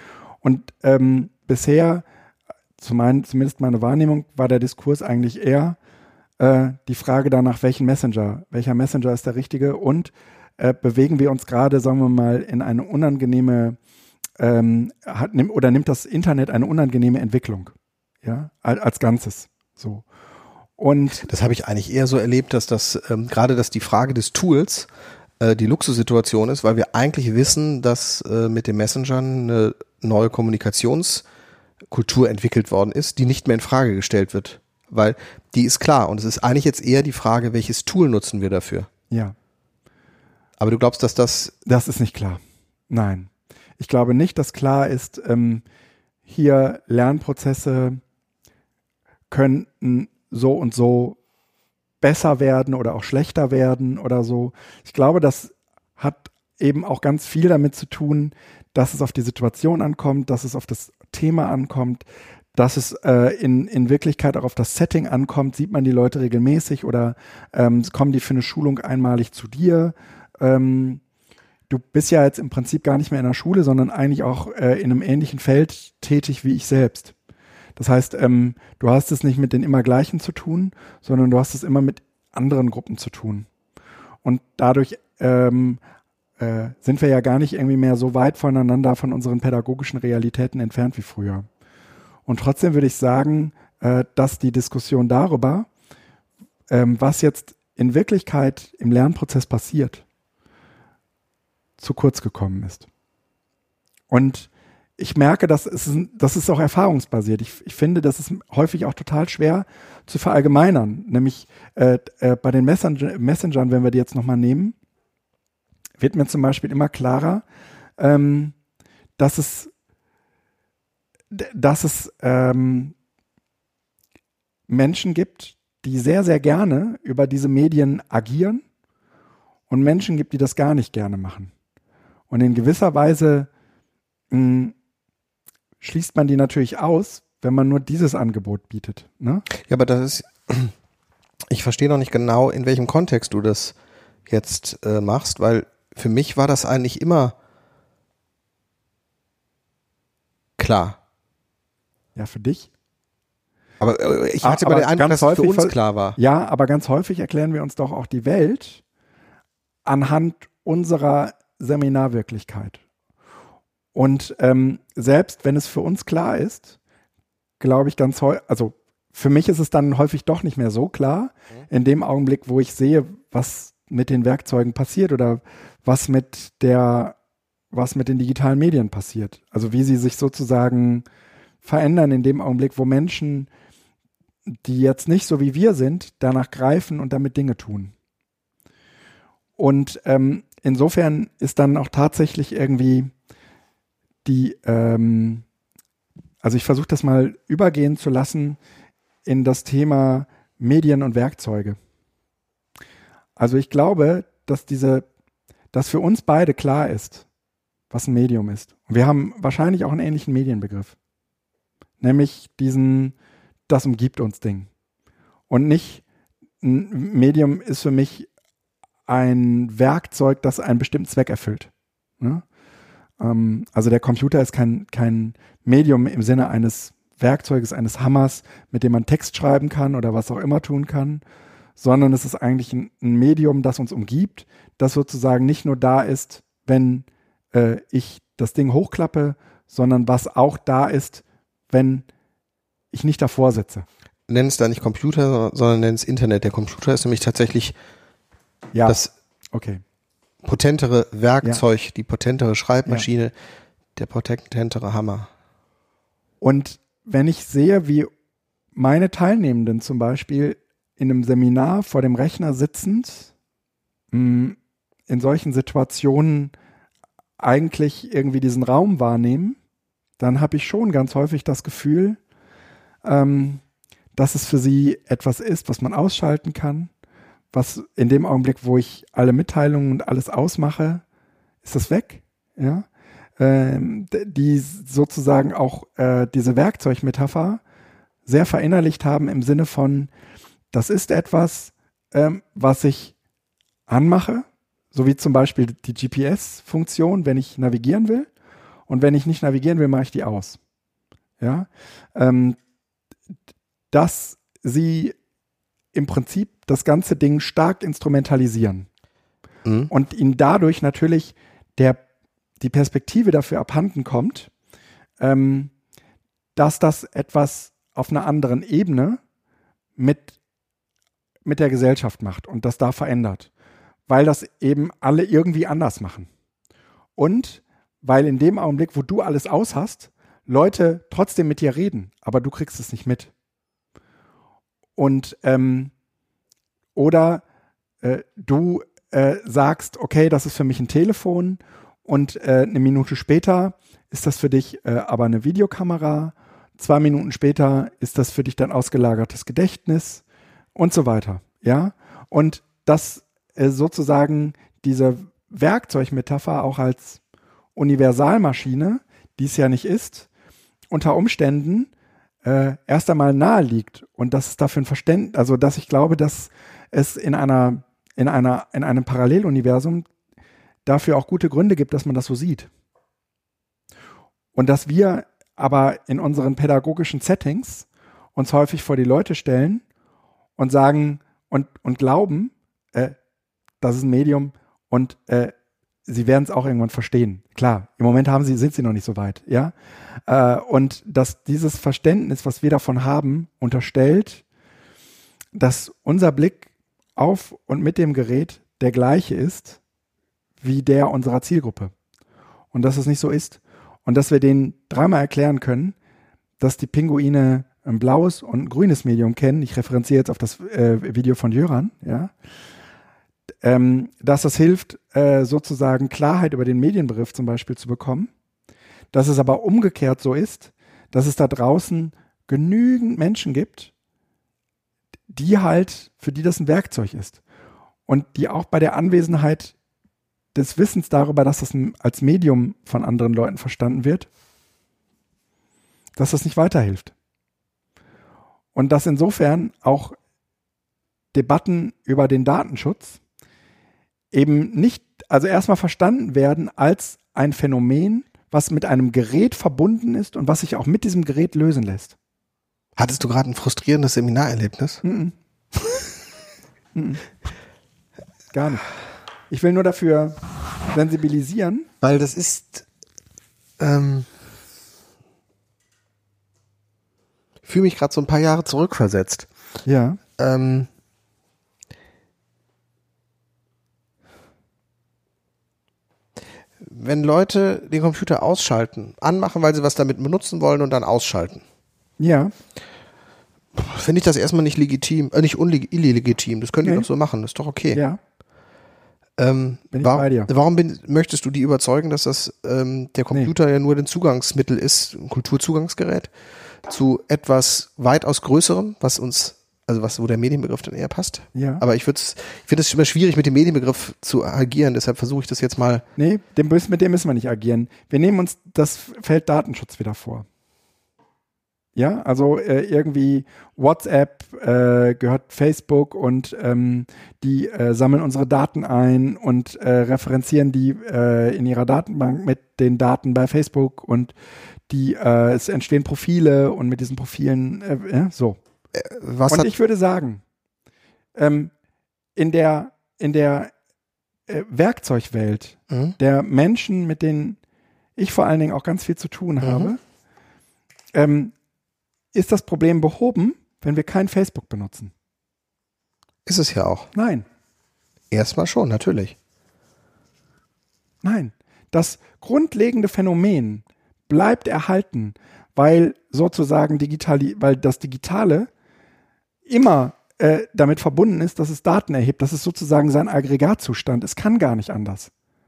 Und ähm, bisher, zu mein, zumindest meine Wahrnehmung, war der Diskurs eigentlich eher äh, die Frage danach, welchen Messenger, welcher Messenger ist der richtige und äh, bewegen wir uns gerade, sagen wir mal, in eine unangenehme, ähm, hat, nimm, oder nimmt das Internet eine unangenehme Entwicklung, ja, als, als Ganzes, so. Und das habe ich eigentlich eher so erlebt, dass das ähm, gerade, dass die Frage des Tools äh, die Luxussituation ist, weil wir eigentlich wissen, dass äh, mit den Messengern eine neue Kommunikationskultur entwickelt worden ist, die nicht mehr in Frage gestellt wird, weil die ist klar und es ist eigentlich jetzt eher die Frage, welches Tool nutzen wir dafür? Ja. Aber du glaubst, dass das... Das ist nicht klar. Nein. Ich glaube nicht, dass klar ist, ähm, hier Lernprozesse könnten so und so besser werden oder auch schlechter werden oder so. Ich glaube, das hat eben auch ganz viel damit zu tun, dass es auf die Situation ankommt, dass es auf das Thema ankommt, dass es äh, in, in Wirklichkeit auch auf das Setting ankommt. Sieht man die Leute regelmäßig oder ähm, kommen die für eine Schulung einmalig zu dir? Ähm, du bist ja jetzt im Prinzip gar nicht mehr in der Schule, sondern eigentlich auch äh, in einem ähnlichen Feld tätig wie ich selbst. Das heißt, ähm, du hast es nicht mit den immer gleichen zu tun, sondern du hast es immer mit anderen Gruppen zu tun. Und dadurch ähm, äh, sind wir ja gar nicht irgendwie mehr so weit voneinander von unseren pädagogischen Realitäten entfernt wie früher. Und trotzdem würde ich sagen, äh, dass die Diskussion darüber, ähm, was jetzt in Wirklichkeit im Lernprozess passiert, zu kurz gekommen ist. Und ich merke, dass es, das ist auch erfahrungsbasiert. Ich, ich finde, das ist häufig auch total schwer zu verallgemeinern. Nämlich äh, äh, bei den Messenger, Messengern, wenn wir die jetzt nochmal nehmen, wird mir zum Beispiel immer klarer, ähm, dass es, dass es ähm, Menschen gibt, die sehr, sehr gerne über diese Medien agieren und Menschen gibt, die das gar nicht gerne machen. Und in gewisser Weise mh, schließt man die natürlich aus, wenn man nur dieses Angebot bietet. Ne? Ja, aber das ist, ich verstehe noch nicht genau, in welchem Kontext du das jetzt äh, machst, weil für mich war das eigentlich immer klar. Ja, für dich? Aber äh, ich hatte aber den Eindruck, dass es für uns klar war. Ja, aber ganz häufig erklären wir uns doch auch die Welt anhand unserer Seminarwirklichkeit. Und ähm, selbst wenn es für uns klar ist, glaube ich ganz häufig, also für mich ist es dann häufig doch nicht mehr so klar, in dem Augenblick, wo ich sehe, was mit den Werkzeugen passiert oder was mit der, was mit den digitalen Medien passiert. Also wie sie sich sozusagen verändern in dem Augenblick, wo Menschen, die jetzt nicht so wie wir sind, danach greifen und damit Dinge tun. Und ähm, insofern ist dann auch tatsächlich irgendwie die, ähm, also ich versuche das mal übergehen zu lassen in das Thema Medien und Werkzeuge. Also ich glaube, dass diese, dass für uns beide klar ist, was ein Medium ist. Und wir haben wahrscheinlich auch einen ähnlichen Medienbegriff. Nämlich diesen, das umgibt uns Ding. Und nicht, ein Medium ist für mich ein Werkzeug, das einen bestimmten Zweck erfüllt. Ne? Ähm, also der Computer ist kein, kein Medium im Sinne eines Werkzeuges, eines Hammers, mit dem man Text schreiben kann oder was auch immer tun kann, sondern es ist eigentlich ein, ein Medium, das uns umgibt, das sozusagen nicht nur da ist, wenn äh, ich das Ding hochklappe, sondern was auch da ist, wenn ich nicht davor sitze. Nenn es da nicht Computer, sondern nenn es Internet. Der Computer ist nämlich tatsächlich ja, das okay. potentere Werkzeug, ja. Die potentere Schreibmaschine, ja. Der potentere Hammer. Und wenn ich sehe, wie meine Teilnehmenden zum Beispiel in einem Seminar vor dem Rechner sitzend mh, in solchen Situationen eigentlich irgendwie diesen Raum wahrnehmen, dann habe ich schon ganz häufig das Gefühl, ähm, dass es für sie etwas ist, was man ausschalten kann, was in dem Augenblick, wo ich alle Mitteilungen und alles ausmache, ist das weg, ja, ähm, die sozusagen auch äh, diese Werkzeugmetapher sehr verinnerlicht haben im Sinne von, das ist etwas, ähm, was ich anmache, so wie zum Beispiel die G P S-Funktion, wenn ich navigieren will. und wenn ich nicht navigieren will, mache ich die aus. Ja, ähm, dass sie im Prinzip das ganze Ding stark instrumentalisieren mhm. und ihnen dadurch natürlich der, die Perspektive dafür abhanden kommt, ähm, dass das etwas auf einer anderen Ebene mit, mit der Gesellschaft macht und das da verändert, weil das eben alle irgendwie anders machen. Und weil in dem Augenblick, wo du alles aus hast, Leute trotzdem mit dir reden, aber du kriegst es nicht mit. Und ähm, oder äh, du äh, sagst, okay, das ist für mich ein Telefon und äh, eine Minute später ist das für dich äh, aber eine Videokamera, zwei Minuten später ist das für dich dann ausgelagertes Gedächtnis und so weiter. Ja, und dass äh, sozusagen diese Werkzeugmetapher auch als Universalmaschine, die es ja nicht ist, unter Umständen äh, erst einmal nahe liegt und dass es dafür ein Verständnis, also dass ich glaube, dass es in einer, in einer, in einem Paralleluniversum dafür auch gute Gründe gibt, dass man das so sieht. Und dass wir aber in unseren pädagogischen Settings uns häufig vor die Leute stellen und sagen und, und glauben, äh, das ist ein Medium und äh, sie werden es auch irgendwann verstehen. Klar, im Moment haben sie, sind sie noch nicht so weit, ja. Äh, und dass dieses Verständnis, was wir davon haben, unterstellt, dass unser Blick auf und mit dem Gerät der gleiche ist wie der unserer Zielgruppe. Und dass es nicht so ist. Und dass wir denen dreimal erklären können, dass die Pinguine ein blaues und ein grünes Medium kennen. Ich referenziere jetzt auf das äh, Video von Jöran, ja. Ähm, dass das hilft, äh, sozusagen Klarheit über den Medienbegriff zum Beispiel zu bekommen. Dass es aber umgekehrt so ist, dass es da draußen genügend Menschen gibt, die halt, für die das ein Werkzeug ist. Und die auch bei der Anwesenheit des Wissens darüber, dass das als Medium von anderen Leuten verstanden wird, dass das nicht weiterhilft. Und dass insofern auch Debatten über den Datenschutz eben nicht, also erstmal verstanden werden als ein Phänomen, was mit einem Gerät verbunden ist und was sich auch mit diesem Gerät lösen lässt. Hattest du gerade ein frustrierendes Seminarerlebnis? Mm-mm. Mm-mm. Gar nicht. Ich will nur dafür sensibilisieren. Weil das ist, ähm, ich fühle mich gerade so ein paar Jahre zurückversetzt. Ja. Ähm, wenn Leute den Computer ausschalten, anmachen, weil sie was damit benutzen wollen und dann ausschalten. Ja. Finde ich das erstmal nicht legitim, äh, nicht unleg- illegitim. Das können die Nee. doch so machen, das ist doch okay. Ja. Ähm, Bin ich warum bei dir. warum bin, möchtest du die überzeugen, dass das ähm, der Computer ja nur ein Zugangsmittel ist, ein Kulturzugangsgerät, zu etwas weitaus Größerem, was uns, also was, wo der Medienbegriff dann eher passt? Ja. Aber ich würde es, ich finde es immer schwierig, mit dem Medienbegriff zu agieren, deshalb versuche ich das jetzt mal. Nee, dem, müssen- mit dem müssen wir nicht agieren. Wir nehmen uns das Feld Datenschutz wieder vor. Ja, also äh, irgendwie WhatsApp äh, gehört Facebook und ähm, die äh, sammeln unsere Daten ein und äh, referenzieren die äh, in ihrer Datenbank mit den Daten bei Facebook und die äh, es entstehen Profile und mit diesen Profilen äh, ja, so. Äh, was Und hat, ich würde sagen, ähm, in der in der äh, Werkzeugwelt Mhm. der Menschen, mit denen ich vor allen Dingen auch ganz viel zu tun habe, ähm, ist das Problem behoben, wenn wir kein Facebook benutzen? ist es ja auch. Nein, Erstmal schon, natürlich. nein. Das grundlegende Phänomen bleibt erhalten, weil sozusagen digitali- weil das Digitale immer äh, damit verbunden ist, dass es Daten erhebt. Das ist sozusagen sein Aggregatzustand. Es kann gar nicht anders.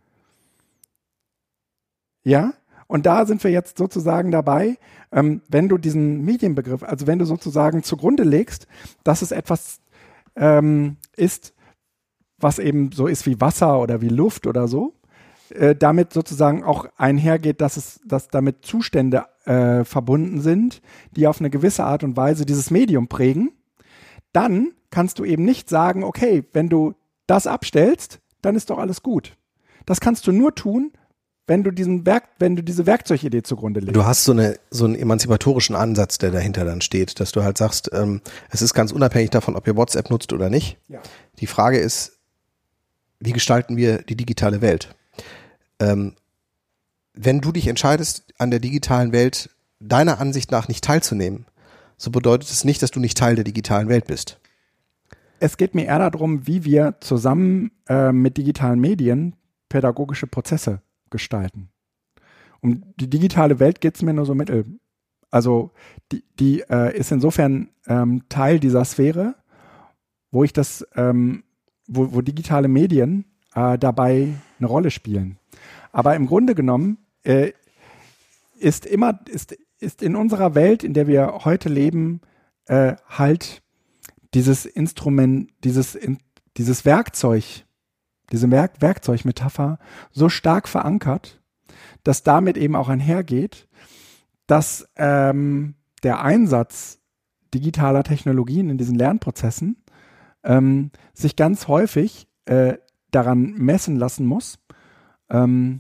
Ja? Und da sind wir jetzt sozusagen dabei, ähm, wenn du diesen Medienbegriff, also wenn du sozusagen zugrunde legst, dass es etwas ähm, ist, was eben so ist wie Wasser oder wie Luft oder so, äh, damit sozusagen auch einhergeht, dass es, dass damit Zustände äh, verbunden sind, die auf eine gewisse Art und Weise dieses Medium prägen, dann kannst du eben nicht sagen, okay, wenn du das abstellst, dann ist doch alles gut. Das kannst du nur tun, wenn du diesen Werk, wenn du diese Werkzeugidee zugrunde legst. Du hast so eine so einen emanzipatorischen Ansatz, der dahinter dann steht, dass du halt sagst, ähm, es ist ganz unabhängig davon, ob ihr WhatsApp nutzt oder nicht. Ja. Die Frage ist, wie gestalten wir die digitale Welt? Ähm, wenn du dich entscheidest, an der digitalen Welt deiner Ansicht nach nicht teilzunehmen, so bedeutet es nicht, dass du nicht Teil der digitalen Welt bist. Es geht mir eher darum, wie wir zusammen äh, mit digitalen Medien pädagogische Prozesse gestalten. Um die digitale Welt geht es mir nur so mittel. Also die, die äh, ist insofern ähm, Teil dieser Sphäre, wo ich das, ähm, wo, wo digitale Medien äh, dabei eine Rolle spielen. Aber im Grunde genommen äh, ist immer, ist, ist in unserer Welt, in der wir heute leben, äh, halt dieses Instrument, dieses, in, dieses Werkzeug, diese Werk Werkzeugmetapher so stark verankert, dass damit eben auch einhergeht, dass ähm, der Einsatz digitaler Technologien in diesen Lernprozessen ähm, sich ganz häufig äh, daran messen lassen muss, ähm,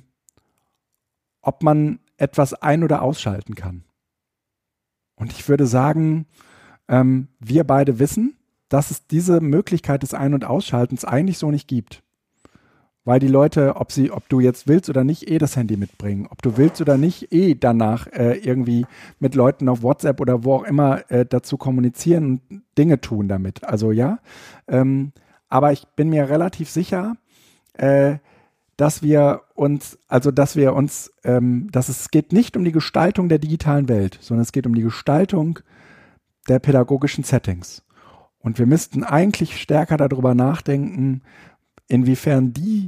ob man etwas ein- oder ausschalten kann. Und ich würde sagen, ähm, wir beide wissen, dass es diese Möglichkeit des Ein- und Ausschaltens eigentlich so nicht gibt. Weil die Leute, ob sie, ob du jetzt willst oder nicht, eh das Handy mitbringen. Ob du willst oder nicht, eh danach äh, irgendwie mit Leuten auf WhatsApp oder wo auch immer äh, dazu kommunizieren und Dinge tun damit. Also ja. Ähm, aber ich bin mir relativ sicher, äh, dass wir uns, also dass wir uns, ähm, dass es, es geht nicht um die Gestaltung der digitalen Welt, sondern es geht um die Gestaltung der pädagogischen Settings. Und wir müssten eigentlich stärker darüber nachdenken, inwiefern die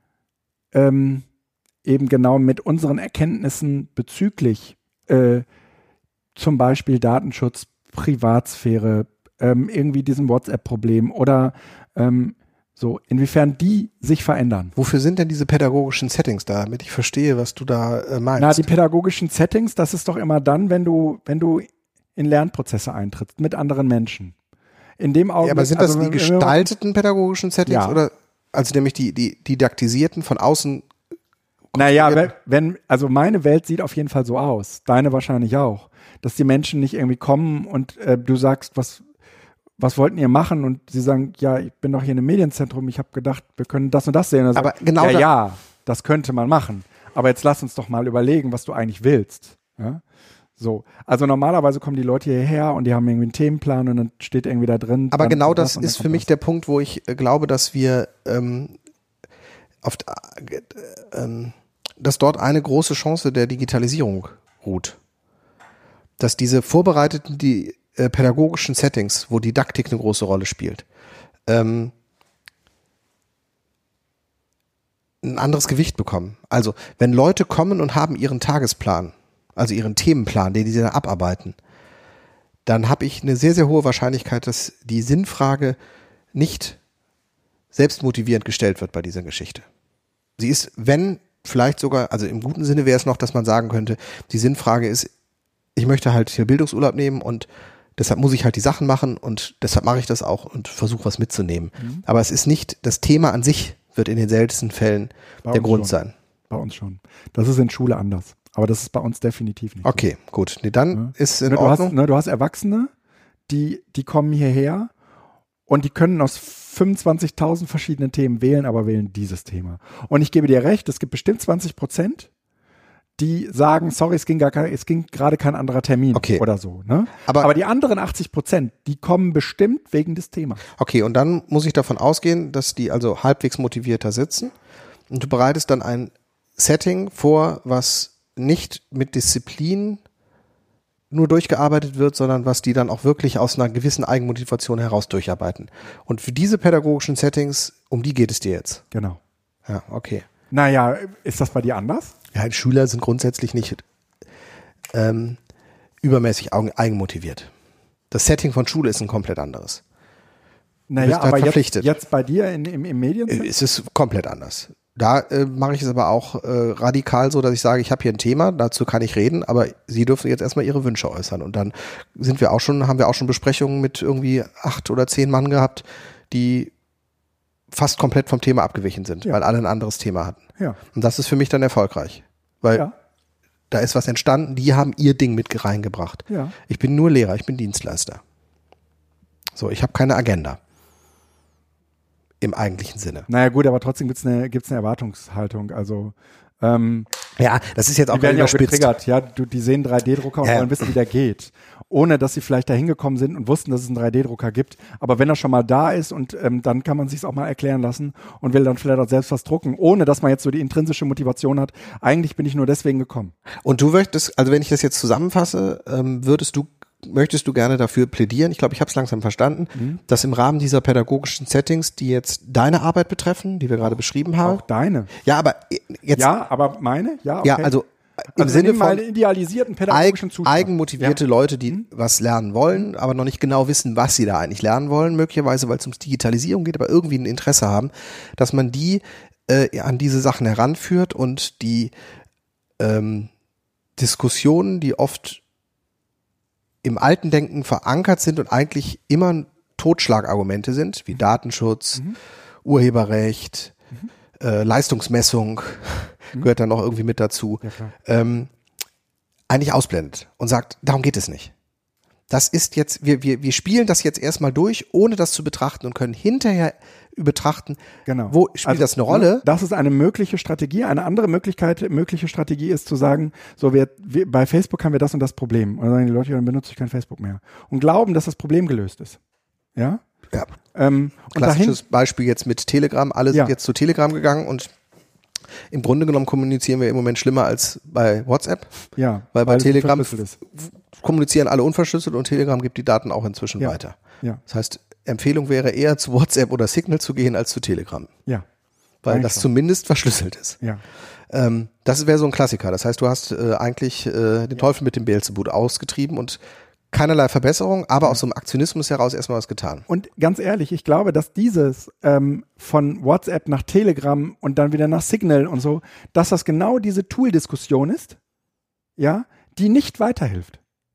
ähm, eben genau mit unseren Erkenntnissen bezüglich äh, zum Beispiel Datenschutz, Privatsphäre, ähm, irgendwie diesem WhatsApp-Problem oder ähm, so, inwiefern die sich verändern. Wofür sind denn diese pädagogischen Settings da, damit ich verstehe, was du da äh, meinst? Na, die pädagogischen Settings, das ist doch immer dann, wenn du, wenn du in Lernprozesse eintrittst mit anderen Menschen. In dem Augenblick, ja, aber sind das also, die gestalteten pädagogischen Settings ja. oder also nämlich die, die didaktisierten von außen? Naja, wenn, wenn, also meine Welt sieht auf jeden Fall so aus, deine wahrscheinlich auch, dass die Menschen nicht irgendwie kommen und äh, du sagst, was, was wollten ihr machen? Und sie sagen, ja, ich bin doch hier in einem Medienzentrum, ich habe gedacht, wir können das und das sehen. Also, aber genau ja, da ja, das könnte man machen. Aber jetzt lass uns doch mal überlegen, was du eigentlich willst. Ja? So, also normalerweise kommen die Leute hierher und die haben irgendwie einen Themenplan und dann steht irgendwie da drin. Aber genau das, das ist für mich das. Der Punkt, wo ich äh, glaube, dass wir ähm, oft, äh, ähm, dass dort eine große Chance der Digitalisierung ruht. Dass diese vorbereiteten, die äh, pädagogischen Settings, wo Didaktik eine große Rolle spielt, ähm, ein anderes Gewicht bekommen. Also, wenn Leute kommen und haben ihren Tagesplan, also ihren Themenplan, den sie dann abarbeiten, dann habe ich eine sehr, sehr hohe Wahrscheinlichkeit, dass die Sinnfrage nicht selbstmotivierend gestellt wird bei dieser Geschichte. Sie ist, wenn, vielleicht sogar, also im guten Sinne wäre es noch, dass man sagen könnte, die Sinnfrage ist, ich möchte halt hier Bildungsurlaub nehmen und deshalb muss ich halt die Sachen machen und deshalb mache ich das auch und versuche was mitzunehmen. Mhm. Aber es ist nicht, das Thema an sich wird in den seltensten Fällen bei der Grund schon. sein. Bei uns schon. Das ist in Schule anders. Aber das ist bei uns definitiv nicht. Okay, so. Gut. Nee, dann ja. ist in ne, du Ordnung. Hast, ne, du hast Erwachsene, die, die kommen hierher und die können aus fünfundzwanzigtausend verschiedenen Themen wählen, aber wählen dieses Thema. Und ich gebe dir recht, es gibt bestimmt zwanzig Prozent, die sagen, sorry, es ging gar kein, es ging gerade kein anderer Termin okay. oder so. Ne? Aber, aber die anderen achtzig Prozent, die kommen bestimmt wegen des Themas. Okay, und dann muss ich davon ausgehen, dass die also halbwegs motivierter sitzen und du bereitest dann ein Setting vor, was nicht mit Disziplin nur durchgearbeitet wird, sondern was die dann auch wirklich aus einer gewissen Eigenmotivation heraus durcharbeiten. Und für diese pädagogischen Settings, um die geht es dir jetzt. Genau. Ja, okay. Naja, ist das bei dir anders? Ja, Schüler sind grundsätzlich nicht ähm, übermäßig eigenmotiviert. Das Setting von Schule ist ein komplett anderes. Naja, halt aber jetzt, jetzt bei dir in, im, im Medien? Es ist komplett anders. Da äh, mache ich es aber auch äh, radikal so, dass ich sage, ich habe hier ein Thema, dazu kann ich reden, aber Sie dürfen jetzt erstmal Ihre Wünsche äußern. Und dann sind wir auch schon, haben wir auch schon Besprechungen mit irgendwie acht oder zehn Mann gehabt, die fast komplett vom Thema abgewichen sind, Ja. weil alle ein anderes Thema hatten. Ja. Und das ist für mich dann erfolgreich, weil Ja. da ist was entstanden, die haben ihr Ding mit reingebracht. Ja. Ich bin nur Lehrer, ich bin Dienstleister. So, ich habe keine Agenda. Im eigentlichen Sinne. Naja gut, aber trotzdem gibt's eine, gibt's eine Erwartungshaltung. Also ähm, Ja, das ist jetzt auch die werden ja auch überspitzt. getriggert. Ja, du, die sehen drei D-Drucker und Ja. wollen wissen, wie der geht. Ohne, dass sie vielleicht da hingekommen sind und wussten, dass es einen drei D-Drucker gibt. Aber wenn er schon mal da ist und ähm, dann kann man sich's auch mal erklären lassen und will dann vielleicht auch selbst was drucken, ohne dass man jetzt so die intrinsische Motivation hat. Eigentlich bin ich nur deswegen gekommen. Und du möchtest, also wenn ich das jetzt zusammenfasse, ähm, würdest du, möchtest du gerne dafür plädieren, ich glaube, ich habe es langsam verstanden, Mhm. dass im Rahmen dieser pädagogischen Settings, die jetzt deine Arbeit betreffen, die wir gerade beschrieben haben. Auch deine. Ja, aber jetzt, Ja, aber meine? Ja, okay. ja, also im also Sinne wir nehmen mal von einen idealisierten pädagogischen eig, Zustand. eigenmotivierte Ja. Leute, die was lernen wollen, aber noch nicht genau wissen, was sie da eigentlich lernen wollen, möglicherweise, weil es um Digitalisierung geht, aber irgendwie ein Interesse haben, dass man die äh, an diese Sachen heranführt und die ähm, Diskussionen, die oft im alten Denken verankert sind und eigentlich immer Totschlagargumente sind, wie Datenschutz, Mhm. Urheberrecht, äh, Leistungsmessung, Mhm. gehört dann noch irgendwie mit dazu, Ja, klar. ähm, eigentlich ausblendet und sagt, darum geht es nicht. Das ist jetzt, wir, wir, wir spielen das jetzt erstmal durch, ohne das zu betrachten und können hinterher betrachten, Genau. wo spielt Also, das eine Rolle? Das ist eine mögliche Strategie. Eine andere Möglichkeit, mögliche Strategie ist zu sagen, so wir, wir bei Facebook haben wir das und das Problem. Und dann sagen die Leute, ja, dann benutze ich kein Facebook mehr. Und glauben, dass das Problem gelöst ist. Ja? Ja. Ähm, und dahin, Klassisches Beispiel jetzt mit Telegram. Alle Ja. sind jetzt zu Telegram gegangen und im Grunde genommen kommunizieren wir im Moment schlimmer als bei WhatsApp, ja, weil bei es Telegram verschlüsselt ist. kommunizieren alle unverschlüsselt und Telegram gibt die Daten auch inzwischen Ja. weiter. Ja, Das heißt, Empfehlung wäre eher zu WhatsApp oder Signal zu gehen als zu Telegram, ja, weil Eigentlich das schon. zumindest verschlüsselt ist. ja. Ähm, das wäre so ein Klassiker. Das heißt, du hast äh, eigentlich äh, den Teufel mit dem Beelzebub ausgetrieben und keinerlei Verbesserung, aber aus so einem Aktionismus heraus erstmal was getan. Und ganz ehrlich, ich glaube, dass dieses ähm, von WhatsApp nach Telegram und dann wieder nach Signal und so, dass das genau diese Tool-Diskussion ist, ja, die nicht weiterhilft.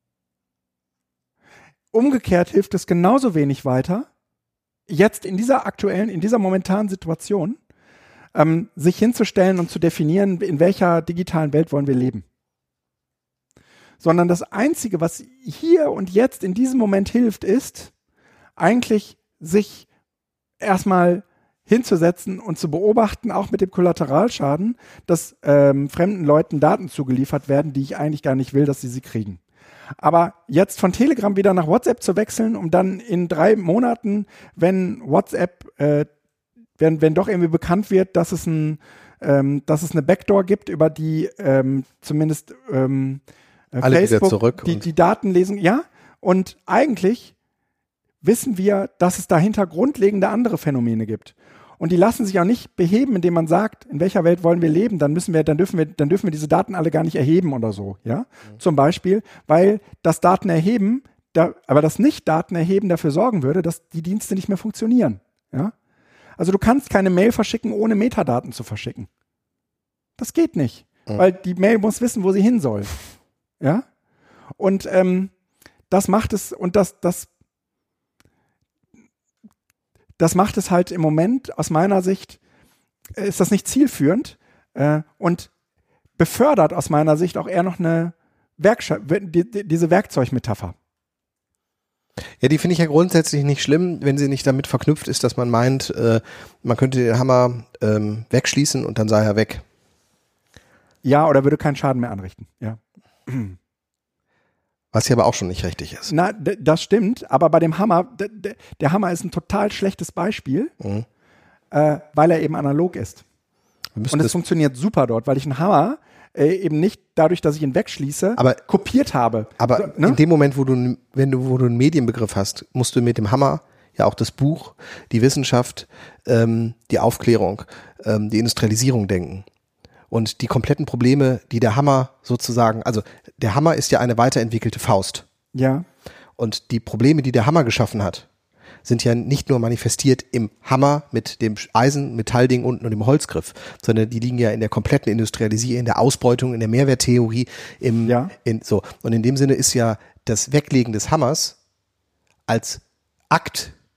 Umgekehrt hilft es genauso wenig weiter, jetzt in dieser aktuellen, in dieser momentanen Situation, ähm, sich hinzustellen und zu definieren, in welcher digitalen Welt wollen wir leben. Sondern das Einzige, was hier und jetzt in diesem Moment hilft, ist eigentlich sich erstmal hinzusetzen und zu beobachten, auch mit dem Kollateralschaden, dass ähm, fremden Leuten Daten zugeliefert werden, die ich eigentlich gar nicht will, dass sie sie kriegen. Aber jetzt von Telegram wieder nach WhatsApp zu wechseln, um dann in drei Monaten, wenn WhatsApp, äh, wenn, wenn doch irgendwie bekannt wird, dass es, ein, ähm, dass es eine Backdoor gibt, über die ähm, zumindest ähm, äh, Alle wieder Facebook zurück die, und- die Daten lesen, ja, und eigentlich wissen wir, dass es dahinter grundlegende andere Phänomene gibt. Und die lassen sich auch nicht beheben, indem man sagt, in welcher Welt wollen wir leben, dann müssen wir, dann dürfen wir, dann dürfen wir diese Daten alle gar nicht erheben oder so, ja. Mhm. Zum Beispiel, weil das Datenerheben, da, aber das Nicht-Datenerheben dafür sorgen würde, dass die Dienste nicht mehr funktionieren, ja. Also du kannst keine Mail verschicken, ohne Metadaten zu verschicken. Das geht nicht, mhm. weil die Mail muss wissen, wo sie hin soll, ja. Und ähm, das macht es, und das, das Das macht es halt im Moment, aus meiner Sicht, ist das nicht zielführend äh, und befördert aus meiner Sicht auch eher noch eine Werkscha- die, die, diese Werkzeugmetapher. Ja, die finde ich ja grundsätzlich nicht schlimm, wenn sie nicht damit verknüpft ist, dass man meint, äh, man könnte den Hammer ähm, wegschließen und dann sei er weg. Ja, oder würde keinen Schaden mehr anrichten, ja. Was ja aber auch schon nicht richtig ist. Na, d- das stimmt, aber bei dem Hammer, d- d- der Hammer ist ein total schlechtes Beispiel, Mhm. äh, weil er eben analog ist. Wir müssen Und es das, funktioniert super dort, weil ich einen Hammer äh, eben nicht dadurch, dass ich ihn wegschließe, Aber- kopiert habe. aber So, ne? in dem Moment, wo du, wenn du, wo du einen Medienbegriff hast, musst du mit dem Hammer ja auch das Buch, die Wissenschaft, ähm, die Aufklärung, ähm, die Industrialisierung denken. Und die kompletten Probleme, die der Hammer sozusagen, also der Hammer ist ja eine weiterentwickelte Faust. Ja. Und die Probleme, die der Hammer geschaffen hat, sind ja nicht nur manifestiert im Hammer mit dem Eisen, Metallding unten und dem Holzgriff, sondern die liegen ja in der kompletten Industrialisierung, in der Ausbeutung, in der Mehrwerttheorie, im, Ja. in, so. Und in dem Sinne ist ja das Weglegen des Hammers als Akt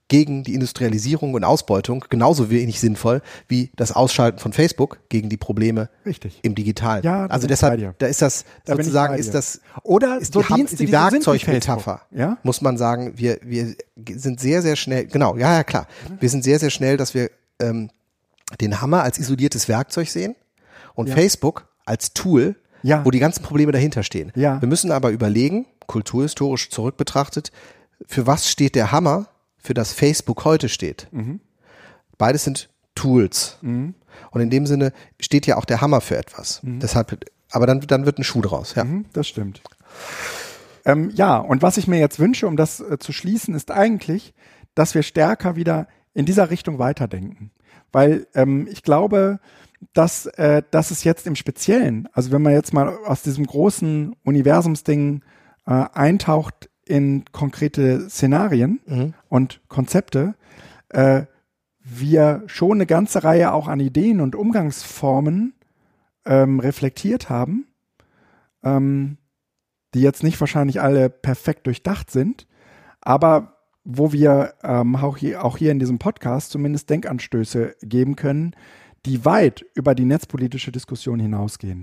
gegen die Industrialisierung und Ausbeutung genauso wenig sinnvoll wie das Ausschalten von Facebook gegen die Probleme Richtig. im Digitalen. Ja, also deshalb, da ist das da sozusagen, ist das, oder ist so die, Dienste, ist die die so sind wie Werkzeugmetapher, ja? muss man sagen, wir, wir sind sehr, sehr schnell, genau, ja, ja, klar, wir sind sehr, sehr schnell, dass wir ähm, den Hammer als isoliertes Werkzeug sehen und ja. Facebook als Tool, ja. wo die ganzen Probleme dahinter stehen. Ja. Wir müssen aber überlegen, kulturhistorisch zurück betrachtet, für was steht der Hammer, für das Facebook heute steht. Mhm. Beides sind Tools. Mhm. Und in dem Sinne steht ja auch der Hammer für etwas. Mhm. Deshalb, aber dann, dann wird ein Schuh draus. Ja. Mhm, das stimmt. Ähm, ja, und was ich mir jetzt wünsche, um das äh, zu schließen, ist eigentlich, dass wir stärker wieder in dieser Richtung weiterdenken. Weil ähm, ich glaube, dass, äh, dass es jetzt im Speziellen, also wenn man jetzt mal aus diesem großen Universumsding äh, eintaucht in konkrete Szenarien Mhm. und Konzepte, äh, wir schon eine ganze Reihe auch an Ideen und Umgangsformen ähm, reflektiert haben, ähm, die jetzt nicht wahrscheinlich alle perfekt durchdacht sind, aber wo wir ähm, auch, hier, auch hier in diesem Podcast zumindest Denkanstöße geben können, die weit über die netzpolitische Diskussion hinausgehen.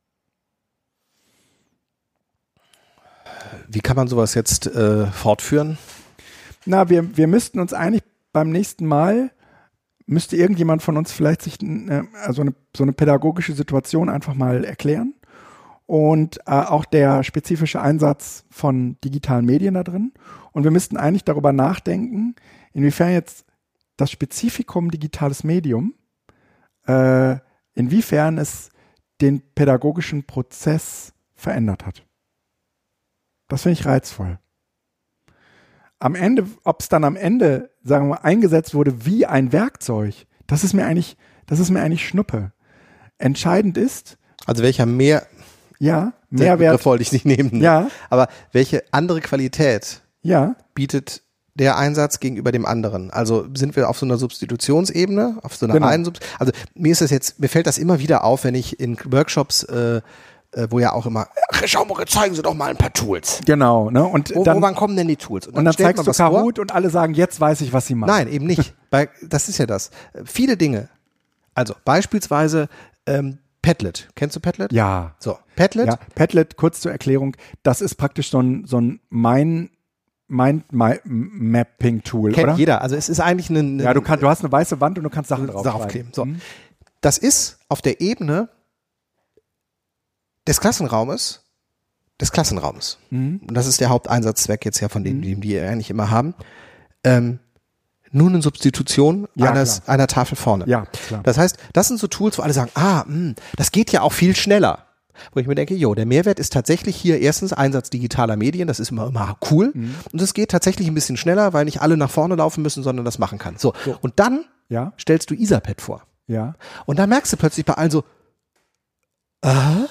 Wie kann man sowas jetzt äh, fortführen? Na, wir, wir müssten uns eigentlich beim nächsten Mal, müsste irgendjemand von uns vielleicht sich eine, also eine, so eine pädagogische Situation einfach mal erklären und äh, auch der spezifische Einsatz von digitalen Medien da drin. Und wir müssten eigentlich darüber nachdenken, inwiefern jetzt das Spezifikum digitales Medium, äh, inwiefern es den pädagogischen Prozess verändert hat. Das finde ich reizvoll. Am Ende, ob es dann am Ende, sagen wir mal, eingesetzt wurde wie ein Werkzeug, das ist mir eigentlich, das ist mir eigentlich Schnuppe. Entscheidend ist, Also welcher mehr, ja, der Mehrwert, Begriff wollte ich nicht nehmen, ja, aber welche andere Qualität ja, bietet der Einsatz gegenüber dem anderen? Also sind wir auf so einer Substitutionsebene, auf so einer Genau. reinen Subst- Also mir ist das jetzt, mir fällt das immer wieder auf, wenn ich in Workshops, äh, äh, wo ja auch immer, ach, schau mal, zeigen Sie doch mal ein paar Tools. genau, ne, und Wo, dann, wo wann kommen denn die Tools? und dann stellt zeigst man du was vor. Kahoot und alle sagen, jetzt weiß ich, was sie machen. Nein, eben nicht. Weil das ist ja das. Viele Dinge. Also beispielsweise ähm, Padlet. Kennst du Padlet? Ja. So, Padlet. Ja, Padlet, kurz zur Erklärung, das ist praktisch so ein, so ein Mind, Mind Mapping Tool, Kennt oder? jeder. Also es ist eigentlich ein, Ja, du kannst, du hast eine weiße Wand und du kannst Sachen drauf draufkleben. So. Mhm. Das ist auf der Ebene des Klassenraumes, des Klassenraumes. Mhm. Und das ist der Haupteinsatzzweck jetzt ja von denen, die, die wir eigentlich immer haben. Ähm, nur eine Substitution Ja, eines, einer Tafel vorne. Ja, klar. Das heißt, das sind so Tools, wo alle sagen, ah, mh, das geht ja auch viel schneller. Wo ich mir denke, jo, der Mehrwert ist tatsächlich hier erstens Einsatz digitaler Medien, das ist immer, immer cool. Mhm. Und es geht tatsächlich ein bisschen schneller, weil nicht alle nach vorne laufen müssen, sondern das machen kann. So, So. und dann Ja, stellst du Etherpad vor. ja. Und dann merkst du plötzlich bei allen so, äh,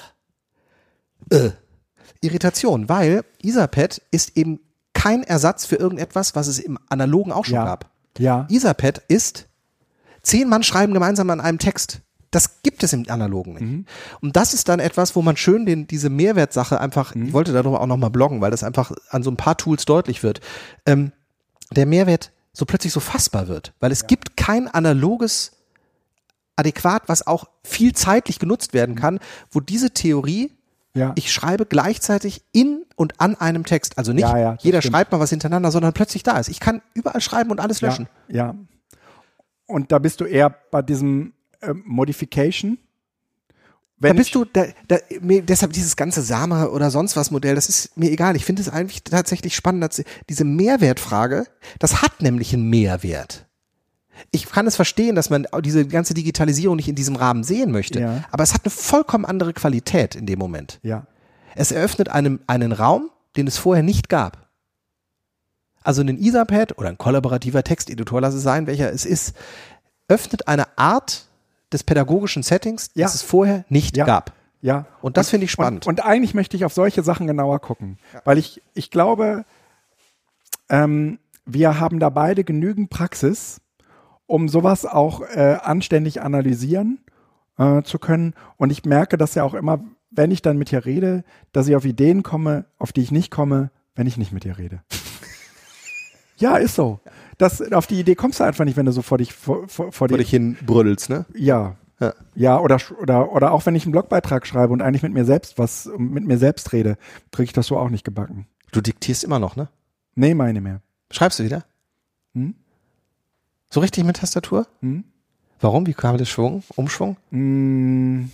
äh, Irritation, weil Etherpad ist eben kein Ersatz für irgendetwas, was es im Analogen auch schon Ja. gab. Ja, Etherpad ist, zehn Mann schreiben gemeinsam an einem Text. Das gibt es im Analogen nicht. Mhm. Und das ist dann etwas, wo man schön den, diese Mehrwertsache einfach, Mhm. ich wollte darüber auch nochmal bloggen, weil das einfach an so ein paar Tools deutlich wird, ähm, der Mehrwert so plötzlich so fassbar wird. Weil es gibt kein analoges Adäquat, was auch viel zeitlich genutzt werden kann, wo diese Theorie, ja. ich schreibe gleichzeitig in und an einem Text, also nicht Ja, ja, das jeder stimmt. schreibt mal was hintereinander, sondern plötzlich da ist. Ich kann überall schreiben und alles löschen. Ja, ja. Und da bist du eher bei diesem ähm, Modification. Wenn Da bist ich, du, da, da, mir, deshalb dieses ganze Sama oder sonst was Modell, das ist mir egal. Ich finde es eigentlich tatsächlich spannend, dass diese Mehrwertfrage, das hat nämlich einen Mehrwert. Ich kann es verstehen, dass man diese ganze Digitalisierung nicht in diesem Rahmen sehen möchte, Ja. aber es hat eine vollkommen andere Qualität in dem Moment. ja, Es eröffnet einem einen Raum, den es vorher nicht gab. Also ein Etherpad oder ein kollaborativer Texteditor, lass es sein, welcher es ist, öffnet eine Art des pädagogischen Settings, Ja. das es vorher nicht Ja. gab. ja. Und das finde ich spannend. Und, und eigentlich möchte ich auf solche Sachen genauer gucken, weil ich, ich glaube, ähm, wir haben da beide genügend Praxis, um sowas auch äh, anständig analysieren äh, zu können. Und ich merke das ja auch immer, wenn ich dann mit ihr rede, dass ich auf Ideen komme, auf die ich nicht komme, wenn ich nicht mit ihr rede. Ja, ist so. Das, auf die Idee kommst du einfach nicht, wenn du so vor dich vor, vor, vor, Vor dir, dich hin brüllst, ne? Ja. Ja. Ja, oder, oder, oder auch wenn ich einen Blogbeitrag schreibe und eigentlich mit mir selbst was, mit mir selbst rede, kriege ich das so auch nicht gebacken. Du diktierst immer noch, ne? Nee, meine mehr. Schreibst du wieder? Hm? So richtig mit Tastatur? Hm? Warum? Wie kam der Schwung? Umschwung? Hm.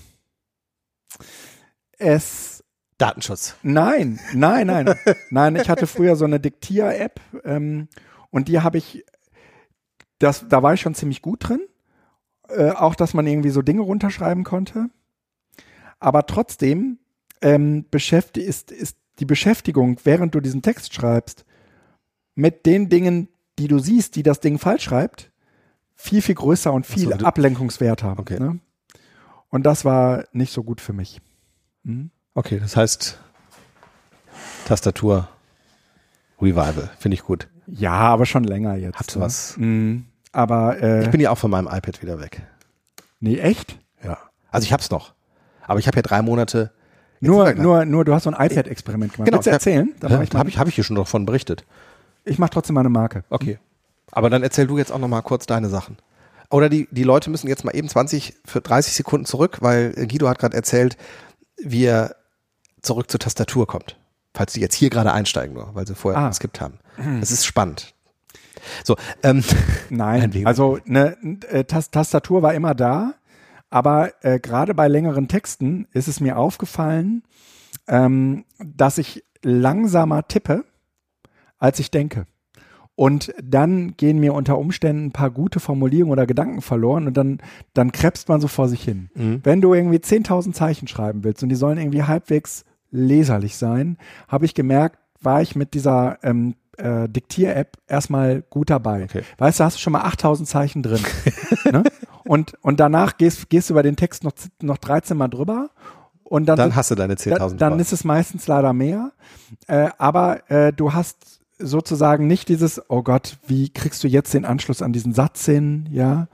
Es Datenschutz. Nein, nein, nein. Nein, ich hatte früher so eine Diktier-App ähm, und die habe ich, das, da war ich schon ziemlich gut drin. Äh, auch, dass man irgendwie so Dinge runterschreiben konnte. Aber trotzdem ähm, beschäfti- ist, ist die Beschäftigung, während du diesen Text schreibst, mit den Dingen, die du siehst, die das Ding falsch schreibt, viel, viel größer und viel Ach so, Ablenkungswert haben. Okay. Ne? Und das war nicht so gut für mich. Mhm. Okay, das heißt Tastatur Revival, finde ich gut. Ja, aber schon länger jetzt. Hat ne? was. Mhm. Aber äh, Ich bin ja auch von meinem iPad wieder weg. nee, echt? Ja. Also ich hab's noch. Aber ich habe ja drei Monate. Nur, Jetzt- nur, nur, du hast so ein iPad-Experiment gemacht. Genau, Willst du erzählen? Da Ja, mach ich, mal- habe ich, hab ich hier schon davon berichtet. ich mache trotzdem mal eine Marke. Okay. Aber dann erzähl du jetzt auch noch mal kurz deine Sachen. Oder die, die Leute müssen jetzt mal eben zwanzig für dreißig Sekunden zurück, weil Guido hat gerade erzählt, wie er zurück zur Tastatur kommt. Falls die jetzt hier gerade einsteigen, nur, weil sie vorher Ah. geskippt haben. Das ist spannend. So, ähm, Nein, Ein Weg. also eine äh, Tas- Tastatur war immer da, aber äh, gerade bei längeren Texten ist es mir aufgefallen, ähm, dass ich langsamer tippe, als ich denke. Und dann gehen mir unter Umständen ein paar gute Formulierungen oder Gedanken verloren und dann, dann krebst man so vor sich hin. Mhm. Wenn du irgendwie zehntausend Zeichen schreiben willst und die sollen irgendwie halbwegs leserlich sein, habe ich gemerkt, war ich mit dieser ähm, äh, Diktier-App erstmal gut dabei. Okay. Weißt du, hast du schon mal achttausend Zeichen drin. ne? und, und danach gehst, gehst du über den Text noch, noch dreizehn Mal drüber. Und dann, dann hast du deine da, zehntausend. dann ist es meistens leider mehr. Äh, aber äh, du hast sozusagen nicht dieses, oh Gott, wie kriegst du jetzt den Anschluss an diesen Satz hin, ja.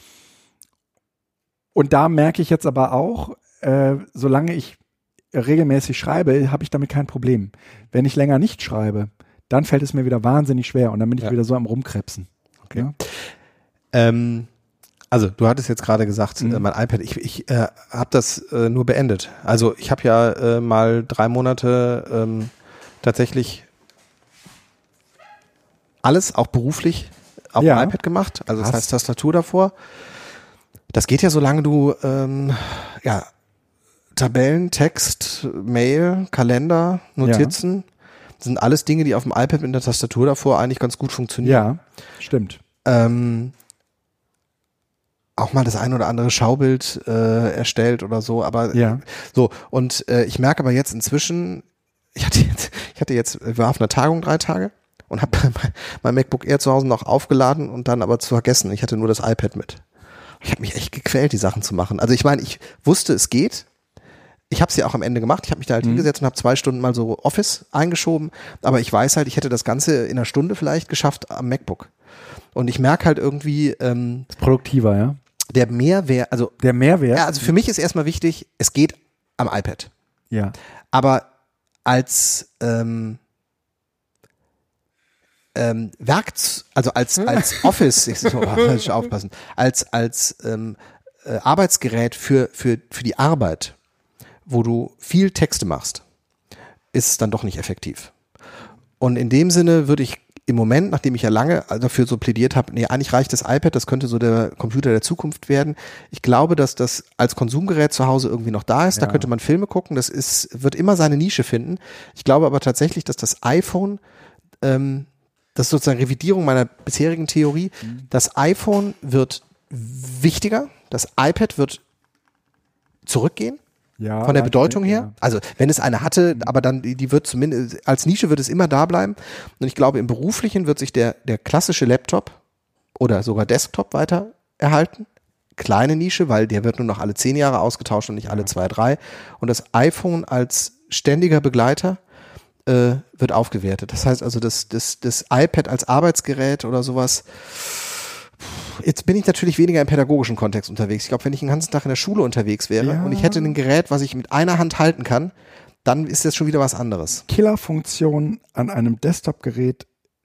Und da merke ich jetzt aber auch, äh, solange ich regelmäßig schreibe, habe ich damit kein Problem. Wenn ich länger nicht schreibe, dann fällt es mir wieder wahnsinnig schwer und dann bin ich Ja. wieder so am Rumkrebsen. Okay. Ja? Ähm, also du hattest jetzt gerade gesagt, Mhm. äh, mein iPad, ich, ich äh, habe das äh, nur beendet. Also ich habe ja äh, mal drei Monate ähm, tatsächlich alles, auch beruflich, auf Ja. dem iPad gemacht. Also das Krass. heißt Tastatur davor. Das geht ja, solange du ähm, ja, Tabellen, Text, Mail, Kalender, Notizen, sind alles Dinge, die auf dem iPad mit der Tastatur davor eigentlich ganz gut funktionieren. Ja, stimmt. Ähm, auch mal das ein oder andere Schaubild äh, erstellt oder so, aber Ja. so, und äh, ich merke aber jetzt inzwischen, ich hatte jetzt, ich hatte jetzt, ich war auf einer Tagung drei Tage und habe mein, mein MacBook Air zu Hause noch aufgeladen und dann aber zu vergessen, ich hatte nur das iPad mit. Ich habe mich echt gequält, die Sachen zu machen. Also ich meine, ich wusste, es geht. Ich habe es ja auch am Ende gemacht. Ich habe mich da halt Mhm. hingesetzt und habe zwei Stunden mal so Office eingeschoben. Aber ich weiß halt, ich hätte das Ganze in einer Stunde vielleicht geschafft am MacBook. Und ich merke halt irgendwie, ähm, Ist produktiver, ja. der Mehrwert, also, Der Mehrwert. ja, also für mich ist erstmal wichtig, es geht am iPad. ja. Aber als ähm, ähm, Werkz, also als als Office, ich so, oh, muss ich aufpassen, als als ähm, äh, Arbeitsgerät für für für die Arbeit, wo du viel Texte machst, ist es dann doch nicht effektiv. Und in dem Sinne würde ich im Moment, nachdem ich ja lange dafür so plädiert habe, nee, eigentlich reicht das iPad, das könnte so der Computer der Zukunft werden. Ich glaube, dass das als Konsumgerät zu Hause irgendwie noch da ist. Da Ja. könnte man Filme gucken. Das ist, wird immer seine Nische finden. Ich glaube aber tatsächlich, dass das iPhone, ähm, das ist sozusagen Revidierung meiner bisherigen Theorie, das iPhone wird wichtiger, das iPad wird zurückgehen. Ja, Von der aber- Bedeutung her. ja. Also wenn es eine hatte, aber dann, die, die wird zumindest, als Nische wird es immer da bleiben. Und ich glaube, im Beruflichen wird sich der, der klassische Laptop oder sogar Desktop weiter erhalten. Kleine Nische, weil der wird nur noch alle zehn Jahre ausgetauscht und nicht alle zwei, drei. Und das iPhone als ständiger Begleiter äh, wird aufgewertet. Das heißt also, das, das, das iPad als Arbeitsgerät oder sowas. Jetzt bin ich natürlich weniger im pädagogischen Kontext unterwegs. Ich glaube, wenn ich den ganzen Tag in der Schule unterwegs wäre Ja. und ich hätte ein Gerät, was ich mit einer Hand halten kann, dann ist das schon wieder was anderes. Killerfunktion an einem Desktop-Gerät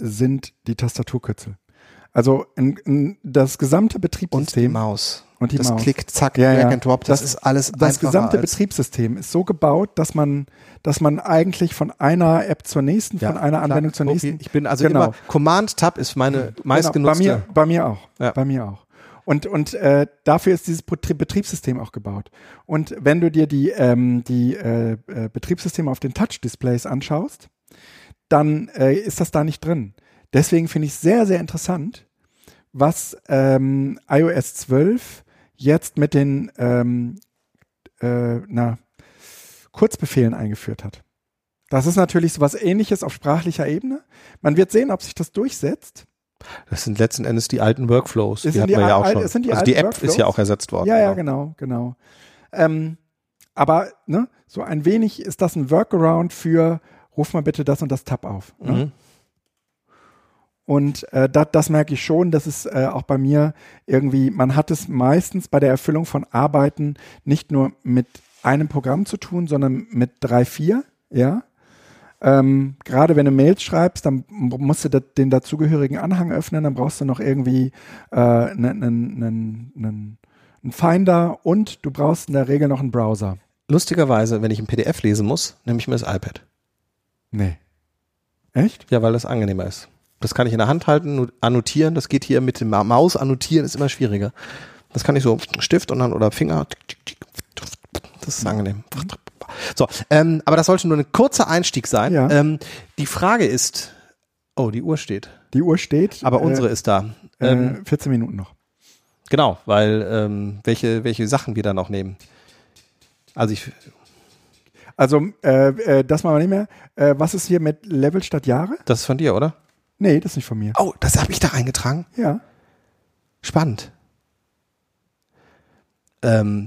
sind die Tastaturkürzel. Also in, in das gesamte Betriebssystem. Und die Maus. Und die das Maus. Klick, zack, ja, Drag ja. and Drop, das, das ist alles Das gesamte als Betriebssystem ist so gebaut, dass man, dass man eigentlich von einer App zur nächsten, ja, von einer klar, Anwendung zur nächsten. Okay. Ich bin also genau. immer, Command-Tab ist meine meistgenutzte. Genau, bei mir, bei mir auch. Ja. Bei mir auch. Und, und äh, dafür ist dieses Betriebssystem auch gebaut. Und wenn du dir die, ähm, die äh, äh, Betriebssysteme auf den Touch-Displays anschaust, dann äh, ist das da nicht drin. Deswegen finde ich es sehr, sehr interessant, was ähm, i O S zwölf jetzt mit den ähm, äh, na, Kurzbefehlen eingeführt hat. Das ist natürlich so was Ähnliches auf sprachlicher Ebene. Man wird sehen, ob sich das durchsetzt. Das sind letzten Endes die alten Workflows. Es Die hatten die wir ja auch al- schon. es sind die also die alten App Workflows. ist ja auch ersetzt worden. Ja, ja, genau, genau. Ähm, aber ne, so ein wenig ist das ein Workaround für ruf mal bitte das und das Tab auf. Ne? Mhm. Und äh, dat, das merke ich schon, das ist äh, auch bei mir irgendwie, man hat es meistens bei der Erfüllung von Arbeiten nicht nur mit einem Programm zu tun, sondern mit drei, vier, ja. Ähm, gerade wenn du Mails schreibst, dann musst du da, den dazugehörigen Anhang öffnen, dann brauchst du noch irgendwie einen äh, nen, nen, nen Finder und du brauchst in der Regel noch einen Browser. Lustigerweise, wenn ich ein P D F lesen muss, nehme ich mir das iPad. Nee. Echt? Ja, weil das angenehmer ist. Das kann ich in der Hand halten, annotieren. Das geht hier mit dem Maus annotieren, ist immer schwieriger. Das kann ich so Stift und dann oder Finger. Das ist angenehm. So, ähm, aber das sollte nur ein kurzer Einstieg sein. Ja. Ähm, die Frage ist, oh, die Uhr steht. Die Uhr steht. Aber äh, unsere ist da. Ähm, äh, vierzehn Minuten noch. Genau, weil ähm, welche, welche Sachen wir da noch nehmen. Also ich. Also, äh, äh, das machen wir nicht mehr. Äh, was ist hier mit Level statt Jahre? Das ist von dir, oder? Nee, das ist nicht von mir. Oh, das habe ich da eingetragen. Ja. Spannend. Ähm.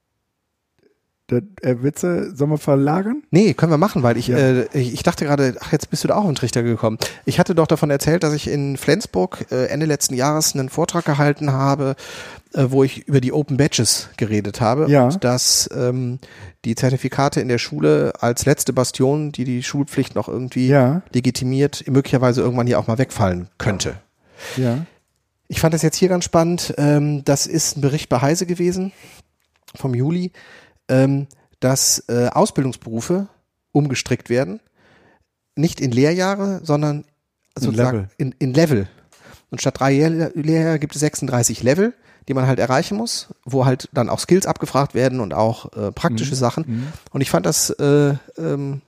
Der, äh, Witze, sollen wir verlagern? Nee, können wir machen, weil ich, Ja. äh, ich, ich dachte gerade, ach, jetzt bist du da auch auf den Trichter gekommen. Ich hatte doch davon erzählt, dass ich in Flensburg äh, Ende letzten Jahres einen Vortrag gehalten habe, äh, wo ich über die Open Badges geredet habe. Ja. Und dass ähm, die Zertifikate in der Schule als letzte Bastion, die die Schulpflicht noch irgendwie Ja. legitimiert, möglicherweise irgendwann hier auch mal wegfallen könnte. Ja. Ich fand das jetzt hier ganz spannend. Ähm, das ist ein Bericht bei Heise gewesen vom Juli, ähm, dass äh, Ausbildungsberufe umgestrickt werden. Nicht in Lehrjahre, sondern sozusagen Level. in, in Level. Und statt drei Lehr- Lehrjahre gibt es sechsunddreißig Level, die man halt erreichen muss, wo halt dann auch Skills abgefragt werden und auch äh, praktische Mhm. Sachen. Mhm. Und ich fand das äh, ähm,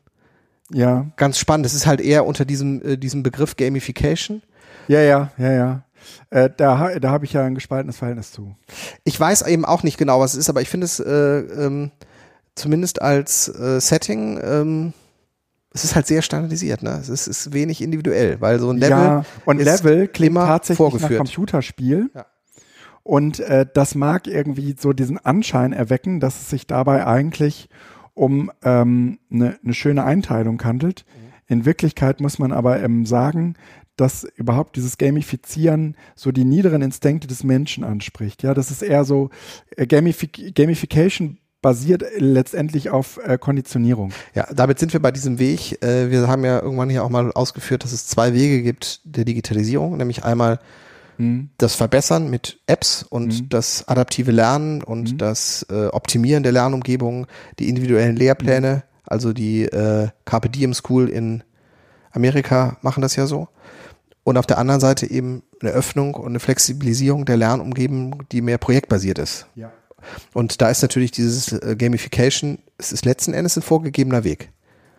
Ja. ganz spannend. Das ist halt eher unter diesem, äh, diesem Begriff Gamification. Ja, ja, ja, ja. Äh, da ha- da habe ich ja ein gespaltenes Verhältnis zu. Ich weiß eben auch nicht genau, was es ist, aber ich finde es äh, ähm, zumindest als äh, Setting, ähm, es ist halt sehr standardisiert, ne? Es ist, ist wenig individuell, weil so ein Level ja, und ist Level klingt immer tatsächlich vorgeführt. nach Computerspiel. Ja. Und äh, das mag irgendwie so diesen Anschein erwecken, dass es sich dabei eigentlich um eine ähm, ne, ne schöne Einteilung handelt. Mhm. In Wirklichkeit muss man aber ähm, sagen, dass überhaupt dieses Gamifizieren so die niederen Instinkte des Menschen anspricht. Ja, das ist eher so äh, Gamific- Gamification basiert letztendlich auf äh, Konditionierung. Ja, damit sind wir bei diesem Weg. Äh, wir haben ja irgendwann hier auch mal ausgeführt, dass es zwei Wege gibt der Digitalisierung, nämlich einmal Mhm. das Verbessern mit Apps und Mhm. das adaptive Lernen und Mhm. das äh, Optimieren der Lernumgebung, die individuellen Lehrpläne, mhm. also die äh, Carpe Diem School in Amerika machen das ja so. Und auf der anderen Seite eben eine Öffnung und eine Flexibilisierung der Lernumgebung, die mehr projektbasiert ist. Ja. Und da ist natürlich dieses äh, Gamification, es ist letzten Endes ein vorgegebener Weg.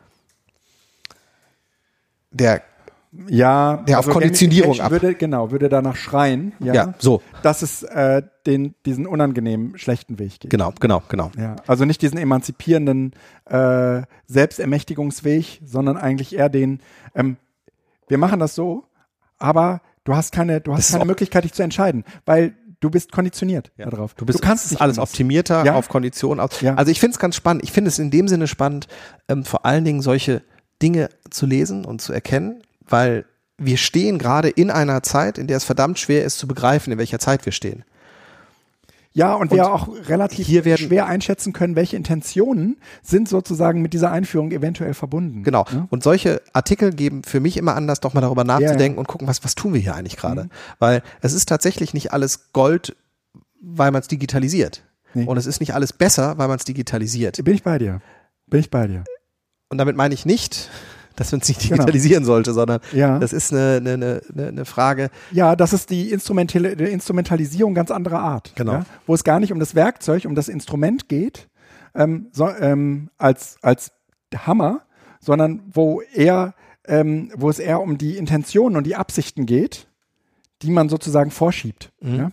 Der Ja, Der auf Konditionierung ab. würde, genau, würde danach schreien, ja, Ja, so. dass es äh, den, diesen unangenehmen, schlechten Weg geht. Genau, genau, genau. Ja, also nicht diesen emanzipierenden äh, Selbstermächtigungsweg, sondern eigentlich eher den, ähm, wir machen das so, aber du hast keine, du Das hast ist keine auch- Möglichkeit, dich zu entscheiden, weil du bist konditioniert Ja. darauf. Du, bist, du kannst es ist nicht alles anders. optimierter Ja. auf Konditionen aus. Ja. Also ich finde es ganz spannend. Ich finde es in dem Sinne spannend, ähm, vor allen Dingen solche Dinge zu lesen und zu erkennen, weil wir stehen gerade in einer Zeit, in der es verdammt schwer ist zu begreifen, in welcher Zeit wir stehen. Ja, und, und wir auch relativ hier werden, schwer einschätzen können, welche Intentionen sind sozusagen mit dieser Einführung eventuell verbunden. Genau. Ne? Und solche Artikel geben für mich immer Anlass, doch mal darüber nachzudenken ja, ja. und gucken, was, was tun wir hier eigentlich gerade? Mhm. Weil es ist tatsächlich nicht alles Gold, weil man es digitalisiert. Nee. Und es ist nicht alles besser, weil man es digitalisiert. Bin ich bei dir. Bin ich bei dir. Und damit meine ich nicht, dass man es nicht digitalisieren genau. sollte, sondern ja. das ist eine, eine, eine, eine Frage. Ja, das ist die, Instrumental- die Instrumentalisierung ganz anderer Art. Genau. Ja? Wo es gar nicht um das Werkzeug, um das Instrument geht, ähm, so, ähm, als, als Hammer, sondern wo eher, ähm, wo es eher um die Intentionen und die Absichten geht, die man sozusagen vorschiebt. Mhm. Ja?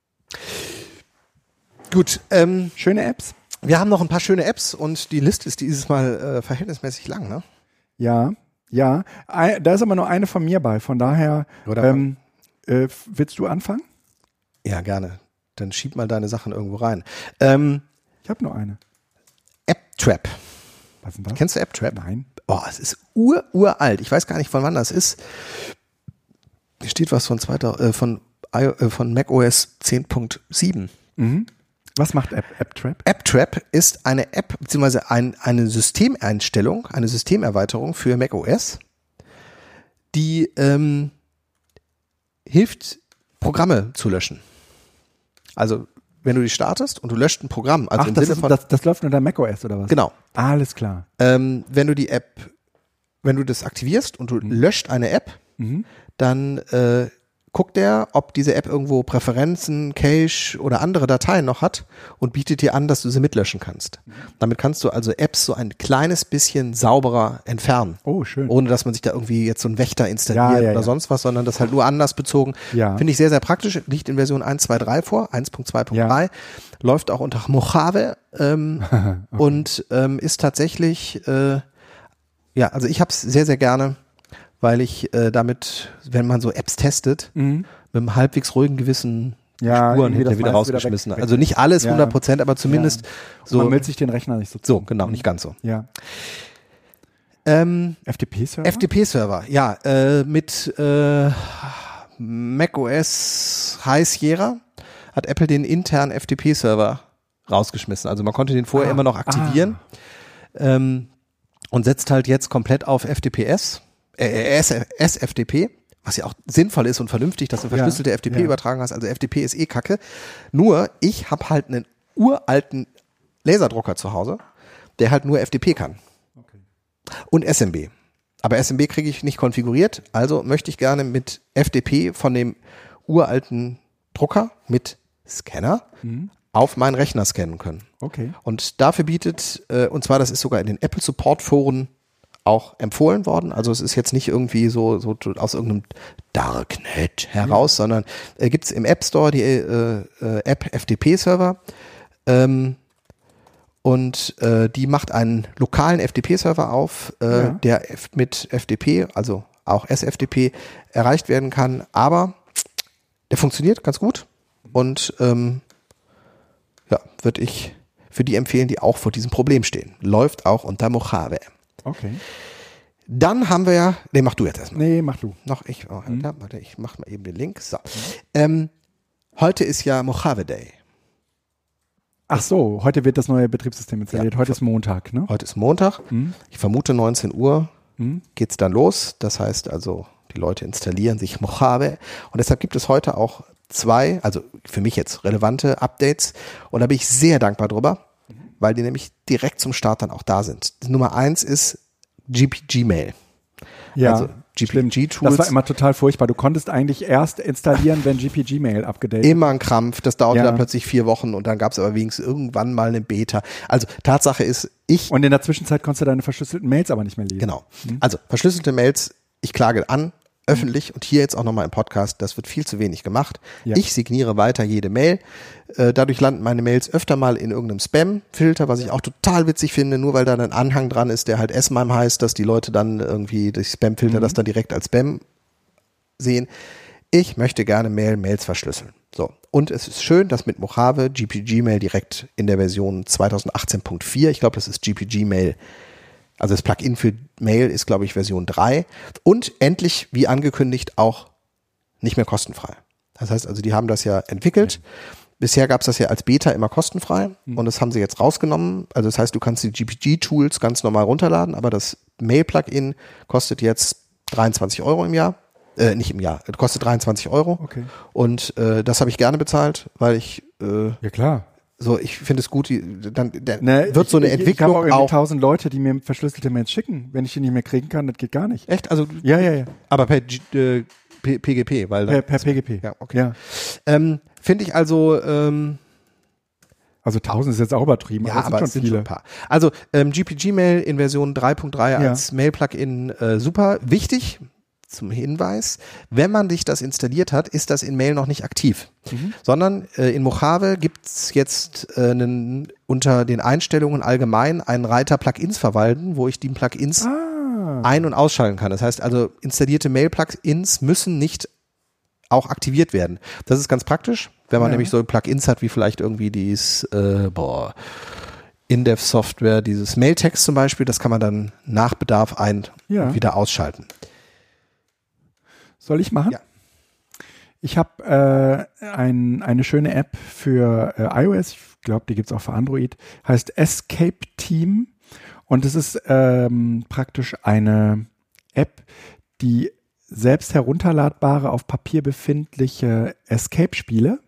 Gut. Ähm, schöne Apps. Wir haben noch ein paar schöne Apps und die Liste ist dieses Mal äh, verhältnismäßig lang, ne? Ja, ja. Ein, da ist aber nur eine von mir bei, von daher ähm, äh, willst du anfangen? Ja, gerne. Dann schieb mal deine Sachen irgendwo rein. Ähm, ich habe nur eine. AppTrap. Was ist denn das? Kennst du AppTrap? Nein. Oh, es ist ur, uralt. Ich weiß gar nicht, von wann das ist. Hier steht was von, zweitausend, äh, von, äh, von macOS zehn Punkt sieben. Mhm. Was macht App, AppTrap? AppTrap ist eine App bzw. Ein, eine Systemeinstellung, eine Systemerweiterung für macOS, die ähm, hilft, Programme zu löschen. Also wenn du die startest und du löscht ein Programm, also Ach, im das, Sinne ist, von, das, das läuft unter macOS oder was? Genau. Alles klar. Ähm, wenn du die App, wenn du das aktivierst und du mhm. löscht eine App, mhm. dann äh, guckt der, ob diese App irgendwo Präferenzen, Cache oder andere Dateien noch hat und bietet dir an, dass du sie mitlöschen kannst. Mhm. Damit kannst du also Apps so ein kleines bisschen sauberer entfernen. Oh, schön. Ohne, dass man sich da irgendwie jetzt so einen Wächter installiert ja, ja, oder ja. sonst was, sondern das halt nur anlassbezogen. Ja. Finde ich sehr, sehr praktisch. Liegt in Version eins Punkt zwei Punkt drei vor, eins Punkt zwei Punkt drei. Ja. Läuft auch unter Mojave ähm, okay. und ähm, ist tatsächlich, äh, ja, also ich habe es sehr, sehr gerne, weil ich äh, damit, wenn man so Apps testet, mhm. mit einem halbwegs ruhigen Gewissen ja, Spuren hinterher wieder rausgeschmissen. Wieder also nicht alles ja. hundert Prozent, aber zumindest ja. so. Man meldet sich den Rechner nicht so zu. So, genau, nicht ganz so. Ja. Ähm, F T P-Server? F T P-Server, ja. Äh, mit äh, macOS High Sierra hat Apple den internen F T P-Server rausgeschmissen. Also man konnte den vorher ah, immer noch aktivieren ah. ähm, und setzt halt jetzt komplett auf F T P S. S F T P, was ja auch sinnvoll ist und vernünftig, dass du verschlüsselte ja, F T P ja. übertragen hast. Also F T P ist eh Kacke. Nur, ich habe halt einen uralten Laserdrucker zu Hause, der halt nur F T P kann. Okay. Und S M B. Aber S M B kriege ich nicht konfiguriert, also möchte ich gerne mit F T P von dem uralten Drucker mit Scanner mhm. auf meinen Rechner scannen können. Okay. Und dafür bietet, äh, und zwar das ist sogar in den Apple Support Foren auch empfohlen worden. Also es ist jetzt nicht irgendwie so, so aus irgendeinem Darknet heraus, ja. sondern äh, gibt es im App Store die äh, äh, App F T P-Server ähm, und äh, die macht einen lokalen F T P-Server auf, äh, ja. der F- mit F T P, also auch S F T P, erreicht werden kann. Aber der funktioniert ganz gut und ähm, ja, würde ich für die empfehlen, die auch vor diesem Problem stehen. Läuft auch unter Mojave. Okay. Dann haben wir ja, nee, mach du jetzt erstmal. Nee, mach du. Noch ich, oh, mhm. warte, ich mach mal eben den Link. So. Mhm. Ähm, heute ist ja Mojave Day. Ach so, heute wird das neue Betriebssystem installiert. Ja, heute ist Montag, ne? Heute ist Montag. Mhm. Ich vermute neunzehn Uhr mhm. geht's dann los. Das heißt also, die Leute installieren sich Mojave. Und deshalb gibt es heute auch zwei, also für mich jetzt relevante Updates. Und da bin ich sehr dankbar drüber, mhm. weil die nämlich direkt zum Start dann auch da sind. Nummer eins ist G P G Mail. Ja, also G P G-Tools. Das war immer total furchtbar. Du konntest eigentlich erst installieren, wenn G P G-Mail abgedatet ist. Immer ein Krampf. Das dauerte ja. dann plötzlich vier Wochen und dann gab es aber wenigstens irgendwann mal eine Beta. Also Tatsache ist, ich... Und in der Zwischenzeit konntest du deine verschlüsselten Mails aber nicht mehr lesen. Genau. Mhm. Also verschlüsselte Mails, ich klage an, öffentlich und hier jetzt auch nochmal im Podcast, das wird viel zu wenig gemacht. Ja. Ich signiere weiter jede Mail. Äh, dadurch landen meine Mails öfter mal in irgendeinem Spam-Filter, was ich auch total witzig finde, nur weil da ein Anhang dran ist, der halt S M I M heißt, dass die Leute dann irgendwie durch Spam-Filter mhm. das dann direkt als Spam sehen. Ich möchte gerne Mail, Mails verschlüsseln. So. Und es ist schön, dass mit Mojave G P G-Mail direkt in der Version zwanzig achtzehn Punkt vier, ich glaube, das ist G P G-Mail, also das Plugin für Mail ist, glaube ich, Version drei und endlich, wie angekündigt, auch nicht mehr kostenfrei. Das heißt also, die haben das ja entwickelt. Bisher gab es das ja als Beta immer kostenfrei mhm. und das haben sie jetzt rausgenommen. Also das heißt, du kannst die G P G-Tools ganz normal runterladen, aber das Mail-Plugin kostet jetzt dreiundzwanzig Euro im Jahr. Äh, nicht im Jahr, kostet dreiundzwanzig Euro. Okay. Und äh, das habe ich gerne bezahlt, weil ich äh, ja klar. So, ich finde es gut, die, dann der ne, wird ich, so eine ich, Entwicklung ich habe auch. auch tausend Leute, die mir verschlüsselte Mails schicken. Wenn ich die nicht mehr kriegen kann, das geht gar nicht. Echt? Also ja, ja, ja. Aber per G, äh, P G P, weil per, per P G P. Ja, okay. Ja. Ähm, finde ich also. Ähm, Also tausend ist jetzt auch übertrieben, ja, aber, aber es sind schon viele. Schon ein paar. Also ähm, G P G-Mail in Version drei Punkt drei ja. als Mail-Plugin äh, super wichtig. Zum Hinweis, wenn man sich das installiert hat, ist das in Mail noch nicht aktiv, mhm. sondern äh, in Mojave gibt es jetzt äh, einen, unter den Einstellungen allgemein einen Reiter Plugins verwalten, wo ich die Plugins ah. ein- und ausschalten kann. Das heißt also, installierte Mail-Plugins müssen nicht auch aktiviert werden. Das ist ganz praktisch, wenn man ja. nämlich so Plugins hat, wie vielleicht irgendwie dieses äh, boah, In-Dev-Software, dieses Mailtext zum Beispiel, das kann man dann nach Bedarf ein- ja. und wieder ausschalten. Soll ich machen? Ja. Ich habe äh, ein, eine schöne App für äh, iOS, ich glaube, die gibt es auch für Android, heißt Escape Team und es ist ähm, praktisch eine App, die selbst herunterladbare, auf Papier befindliche Escape-Spiele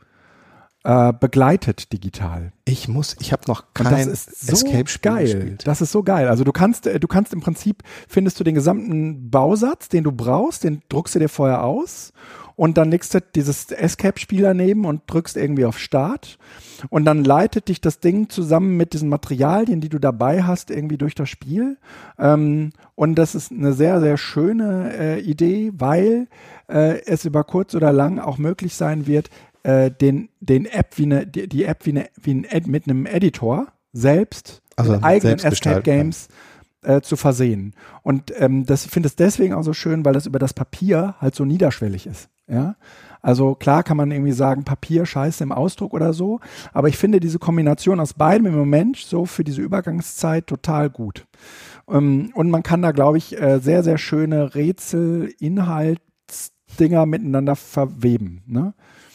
äh, begleitet digital. Ich muss, ich habe noch kein so Escape-Spiel geil. Gespielt. Das ist so geil. Also du kannst, du kannst im Prinzip, findest du den gesamten Bausatz, den du brauchst, den druckst du dir vorher aus und dann legst du dieses Escape-Spiel daneben und drückst irgendwie auf Start und dann leitet dich das Ding zusammen mit diesen Materialien, die du dabei hast, irgendwie durch das Spiel. Ähm, und das ist eine sehr, sehr schöne äh, Idee, weil äh, es über kurz oder lang auch möglich sein wird, den, den App wie eine, die, die App wie, eine, wie ein Ad, mit einem Editor selbst also mit eigenen Escape Games äh, zu versehen. Und ähm, das ich finde es deswegen auch so schön, weil das über das Papier halt so niederschwellig ist. Ja, also klar kann man irgendwie sagen, Papier scheiße im Ausdruck oder so, aber ich finde diese Kombination aus beidem im Moment so für diese Übergangszeit total gut. Ähm, und man kann da, glaube ich, äh, sehr, sehr schöne Rätsel, Inhaltsdinger miteinander verweben, ne?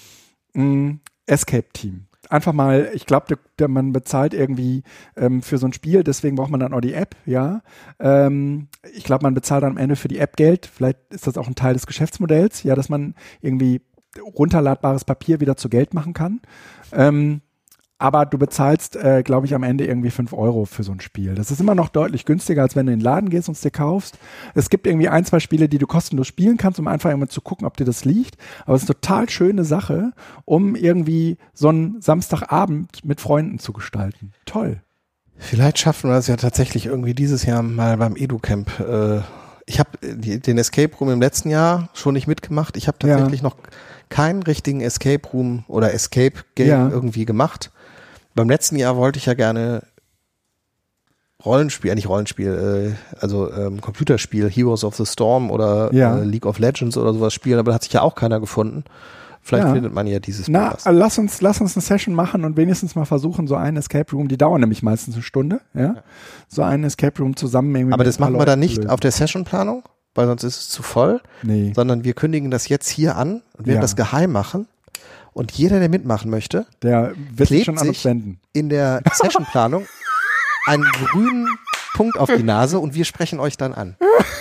Escape Team. Einfach mal, ich glaube, man bezahlt irgendwie ähm, für so ein Spiel, deswegen braucht man dann auch die App, ja. Ähm, ich glaube, man bezahlt dann am Ende für die App Geld. Vielleicht ist das auch ein Teil des Geschäftsmodells, ja, dass man irgendwie runterladbares Papier wieder zu Geld machen kann. Ähm, aber du bezahlst, äh, glaube ich, am Ende irgendwie fünf Euro für so ein Spiel. Das ist immer noch deutlich günstiger, als wenn du in den Laden gehst und es dir kaufst. Es gibt irgendwie ein, zwei Spiele, die du kostenlos spielen kannst, um einfach immer zu gucken, ob dir das liegt. Aber es ist eine total schöne Sache, um irgendwie so einen Samstagabend mit Freunden zu gestalten. Toll. Vielleicht schaffen wir das ja tatsächlich irgendwie dieses Jahr mal beim EduCamp. Äh, ich habe den Escape Room im letzten Jahr schon nicht mitgemacht. Ich habe tatsächlich ja. noch keinen richtigen Escape Room oder Escape Game ja. irgendwie gemacht. Beim letzten Jahr wollte ich ja gerne Rollenspiel, äh nicht Rollenspiel, äh, also ähm, Computerspiel, Heroes of the Storm oder ja. äh, League of Legends oder sowas spielen, aber da hat sich ja auch keiner gefunden. Vielleicht ja. findet man ja dieses Na, Podcast. lass uns, lass uns eine Session machen und wenigstens mal versuchen, so einen Escape Room, die dauern nämlich meistens eine Stunde, ja, ja. so einen Escape Room zusammen irgendwie. Aber das machen wir dann nicht auf der Sessionplanung, weil sonst ist es zu voll, nee. sondern wir kündigen das jetzt hier an und werden ja. das geheim machen. Und jeder, der mitmachen möchte, der wird sich schon an uns wenden. In der Sessionplanung einen grünen Punkt auf die Nase und wir sprechen euch dann an.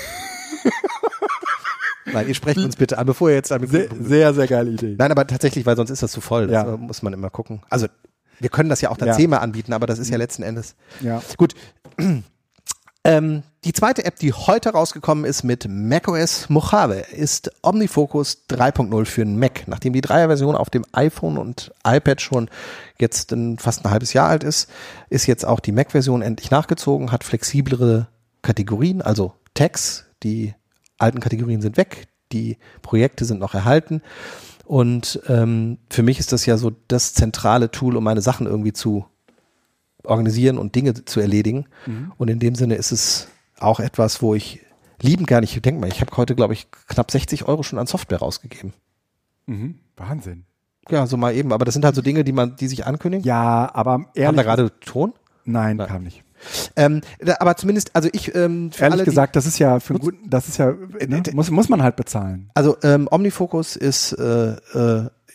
Nein, ihr sprecht uns bitte an, bevor ihr jetzt damit. Sehr, sehr, sehr geile Idee. Nein, aber tatsächlich, weil sonst ist das zu voll. Das ja. muss man immer gucken. Also, wir können das ja auch als Thema anbieten, aber das ist ja letzten Endes. Ja. Gut. Ähm, die zweite App, die heute rausgekommen ist mit macOS Mojave, ist OmniFocus drei Punkt null für den Mac. Nachdem die Dreier-Version auf dem iPhone und iPad schon jetzt ein, fast ein halbes Jahr alt ist, ist jetzt auch die Mac-Version endlich nachgezogen, hat flexiblere Kategorien, also Tags. Die alten Kategorien sind weg, die Projekte sind noch erhalten. Und ähm, für mich ist das ja so das zentrale Tool, um meine Sachen irgendwie zu organisieren und Dinge zu erledigen. Mhm. Und in dem Sinne ist es auch etwas, wo ich liebend gerne, ich denke mal, ich habe heute, glaube ich, knapp sechzig Euro schon an Software rausgegeben. Mhm. Wahnsinn. Ja, so mal eben. Aber das sind halt so Dinge, die man, die sich ankündigen. Ja, aber ehrlich. Haben da gerade Ton? Nein, Nein, kam nicht. Ähm, da, aber zumindest, also ich, ähm, für ehrlich alle, gesagt, das ist ja für einen guten, das ist ja, ne, muss, muss man halt bezahlen. Also ähm, OmniFocus ist äh, äh,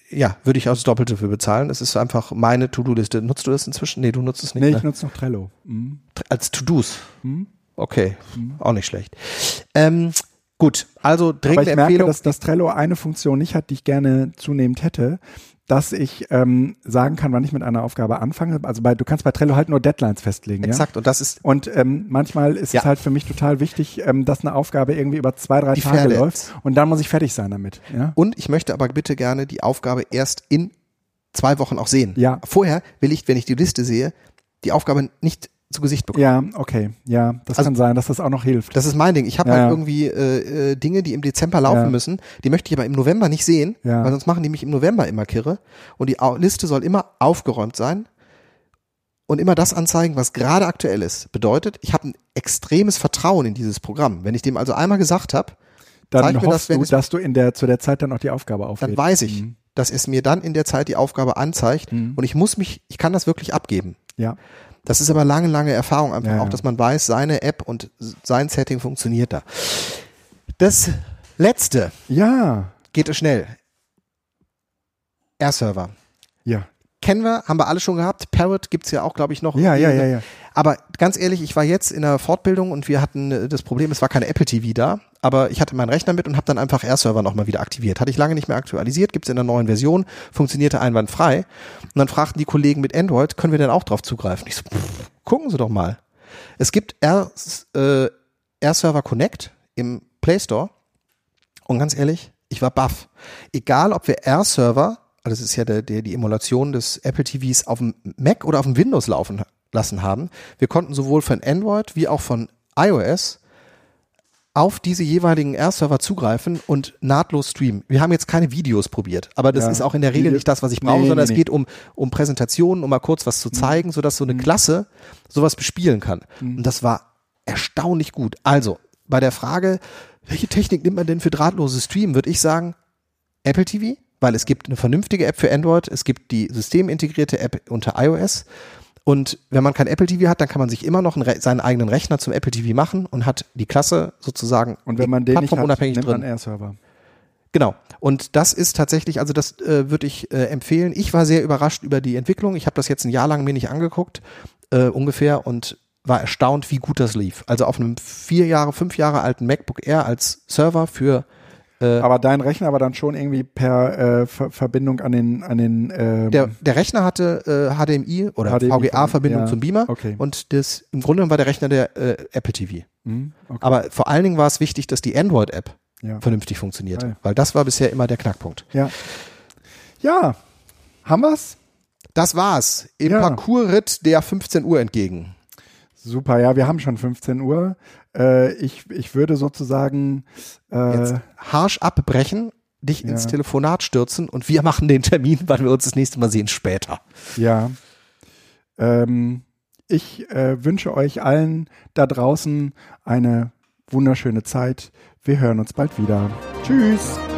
ja, würde ich auch das Doppelte für bezahlen. Es ist einfach meine To-Do-Liste. Nutzt du das inzwischen? Nee, du nutzt es nicht. Nee, ne? ich nutze noch Trello. Mhm. Als To-Dos? Mhm. Okay, Mhm. auch nicht schlecht. Ähm, gut, also dringende Aber ich merke, Empfehlung. dass das Trello eine Funktion nicht hat, die ich gerne zunehmend hätte, dass ich ähm, sagen kann, wann ich mit einer Aufgabe anfange. Also bei, du kannst bei Trello halt nur Deadlines festlegen. Exakt, ja? und das ist Und ähm, manchmal ist Ja. es halt für mich total wichtig, ähm, dass eine Aufgabe irgendwie über zwei, drei Die Tage Fairness. läuft und dann muss ich fertig sein damit. Ja, Und ich möchte aber bitte gerne die Aufgabe erst in zwei Wochen auch sehen. Ja. Vorher will ich, wenn ich die Liste sehe, die Aufgabe nicht zu Gesicht bekommen. ja okay. Ja, das Also- kann sein, dass das auch noch hilft. Das ist mein Ding. Ich habe Ja, halt ja. irgendwie äh, äh, Dinge, die im Dezember laufen Ja. müssen, die möchte ich aber im November nicht sehen, Ja. weil sonst machen die mich im November immer kirre. Und die Au- Liste soll immer aufgeräumt sein und immer das anzeigen, was gerade aktuell ist. Bedeutet, ich habe ein extremes Vertrauen in dieses Programm. Wenn ich dem also einmal gesagt habe, Dann zeig mir das, hoffst wenn du, es- dass du in der, zu der Zeit dann auch die Aufgabe auflädst. dann weiß ich, Mhm. dass es mir dann in der Zeit die Aufgabe anzeigt Mhm. und ich muss mich, ich kann das wirklich abgeben. Ja. Das ist aber lange, lange Erfahrung einfach Ja, auch, ja. dass man weiß, seine App und sein Setting funktioniert da. Das letzte Ja. geht es schnell. Air-Server. Ja. Kennen wir, haben wir alle schon gehabt. Parrot gibt's ja auch, glaube ich, noch. Ja, ja, ja, ja. Aber ganz ehrlich, ich war jetzt in der Fortbildung und wir hatten äh, das Problem, es war keine Apple T V da, aber ich hatte meinen Rechner mit und habe dann einfach Air-Server nochmal wieder aktiviert. Hatte ich lange nicht mehr aktualisiert, gibt's in der neuen Version, funktionierte einwandfrei. Und dann fragten die Kollegen mit Android, können wir denn auch drauf zugreifen? Ich so, pff, gucken Sie doch mal. Es gibt Air, äh, Air-Server Connect im Play Store und ganz ehrlich, ich war baff. Egal, ob wir Air-Server, also das ist ja der, der, die Emulation des Apple T Vs auf dem Mac oder auf dem Windows laufen lassen haben, wir konnten sowohl von Android wie auch von iOS auf diese jeweiligen Air-Server zugreifen und nahtlos streamen. Wir haben jetzt keine Videos probiert, aber das Ja. ist auch in der Regel nicht das, was ich brauche, Nee, sondern nee, es geht um, um Präsentationen, um mal kurz was zu zeigen, sodass so eine Klasse sowas bespielen kann. Und das war erstaunlich gut. Also, bei der Frage, welche Technik nimmt man denn für drahtloses Streamen, würde ich sagen, Apple T V, weil es gibt eine vernünftige App für Android, es gibt die systemintegrierte App unter iOS und wenn man kein Apple T V hat, dann kann man sich immer noch einen, Re- seinen eigenen Rechner zum Apple T V machen und hat die Klasse sozusagen Und wenn man den nicht hat, plattformunabhängig nimmt drin. man Air-Server. Genau. Und das ist tatsächlich, also das äh, würde ich äh, empfehlen. Ich war sehr überrascht über die Entwicklung. Ich habe das jetzt ein Jahr lang mir nicht angeguckt, äh, ungefähr, und war erstaunt, wie gut das lief. Also auf einem vier Jahre, fünf Jahre alten MacBook Air als Server für äh, Aber dein Rechner war dann schon irgendwie per äh, Ver Verbindung an den, an den ähm, der, der Rechner hatte äh, H D M I oder H D M I V G A-Verbindung ja, zum Beamer okay. und das im Grunde genommen war der Rechner der äh, Apple T V. Mhm, okay. Aber vor allen Dingen war es wichtig, dass die Android-App ja. vernünftig funktionierte, Geil. weil das war bisher immer der Knackpunkt. ja. Ja, haben wir's? Das war's im Ja. Parcoursritt der fünfzehn Uhr entgegen. Super, ja, wir haben schon fünfzehn Uhr. Äh, ich, ich würde sozusagen äh, Jetzt harsch abbrechen, dich Ja. ins Telefonat stürzen und wir machen den Termin, wann wir uns das nächste Mal sehen, später. ja. Ähm, ich äh, wünsche euch allen da draußen eine wunderschöne Zeit. Wir hören uns bald wieder. Tschüss.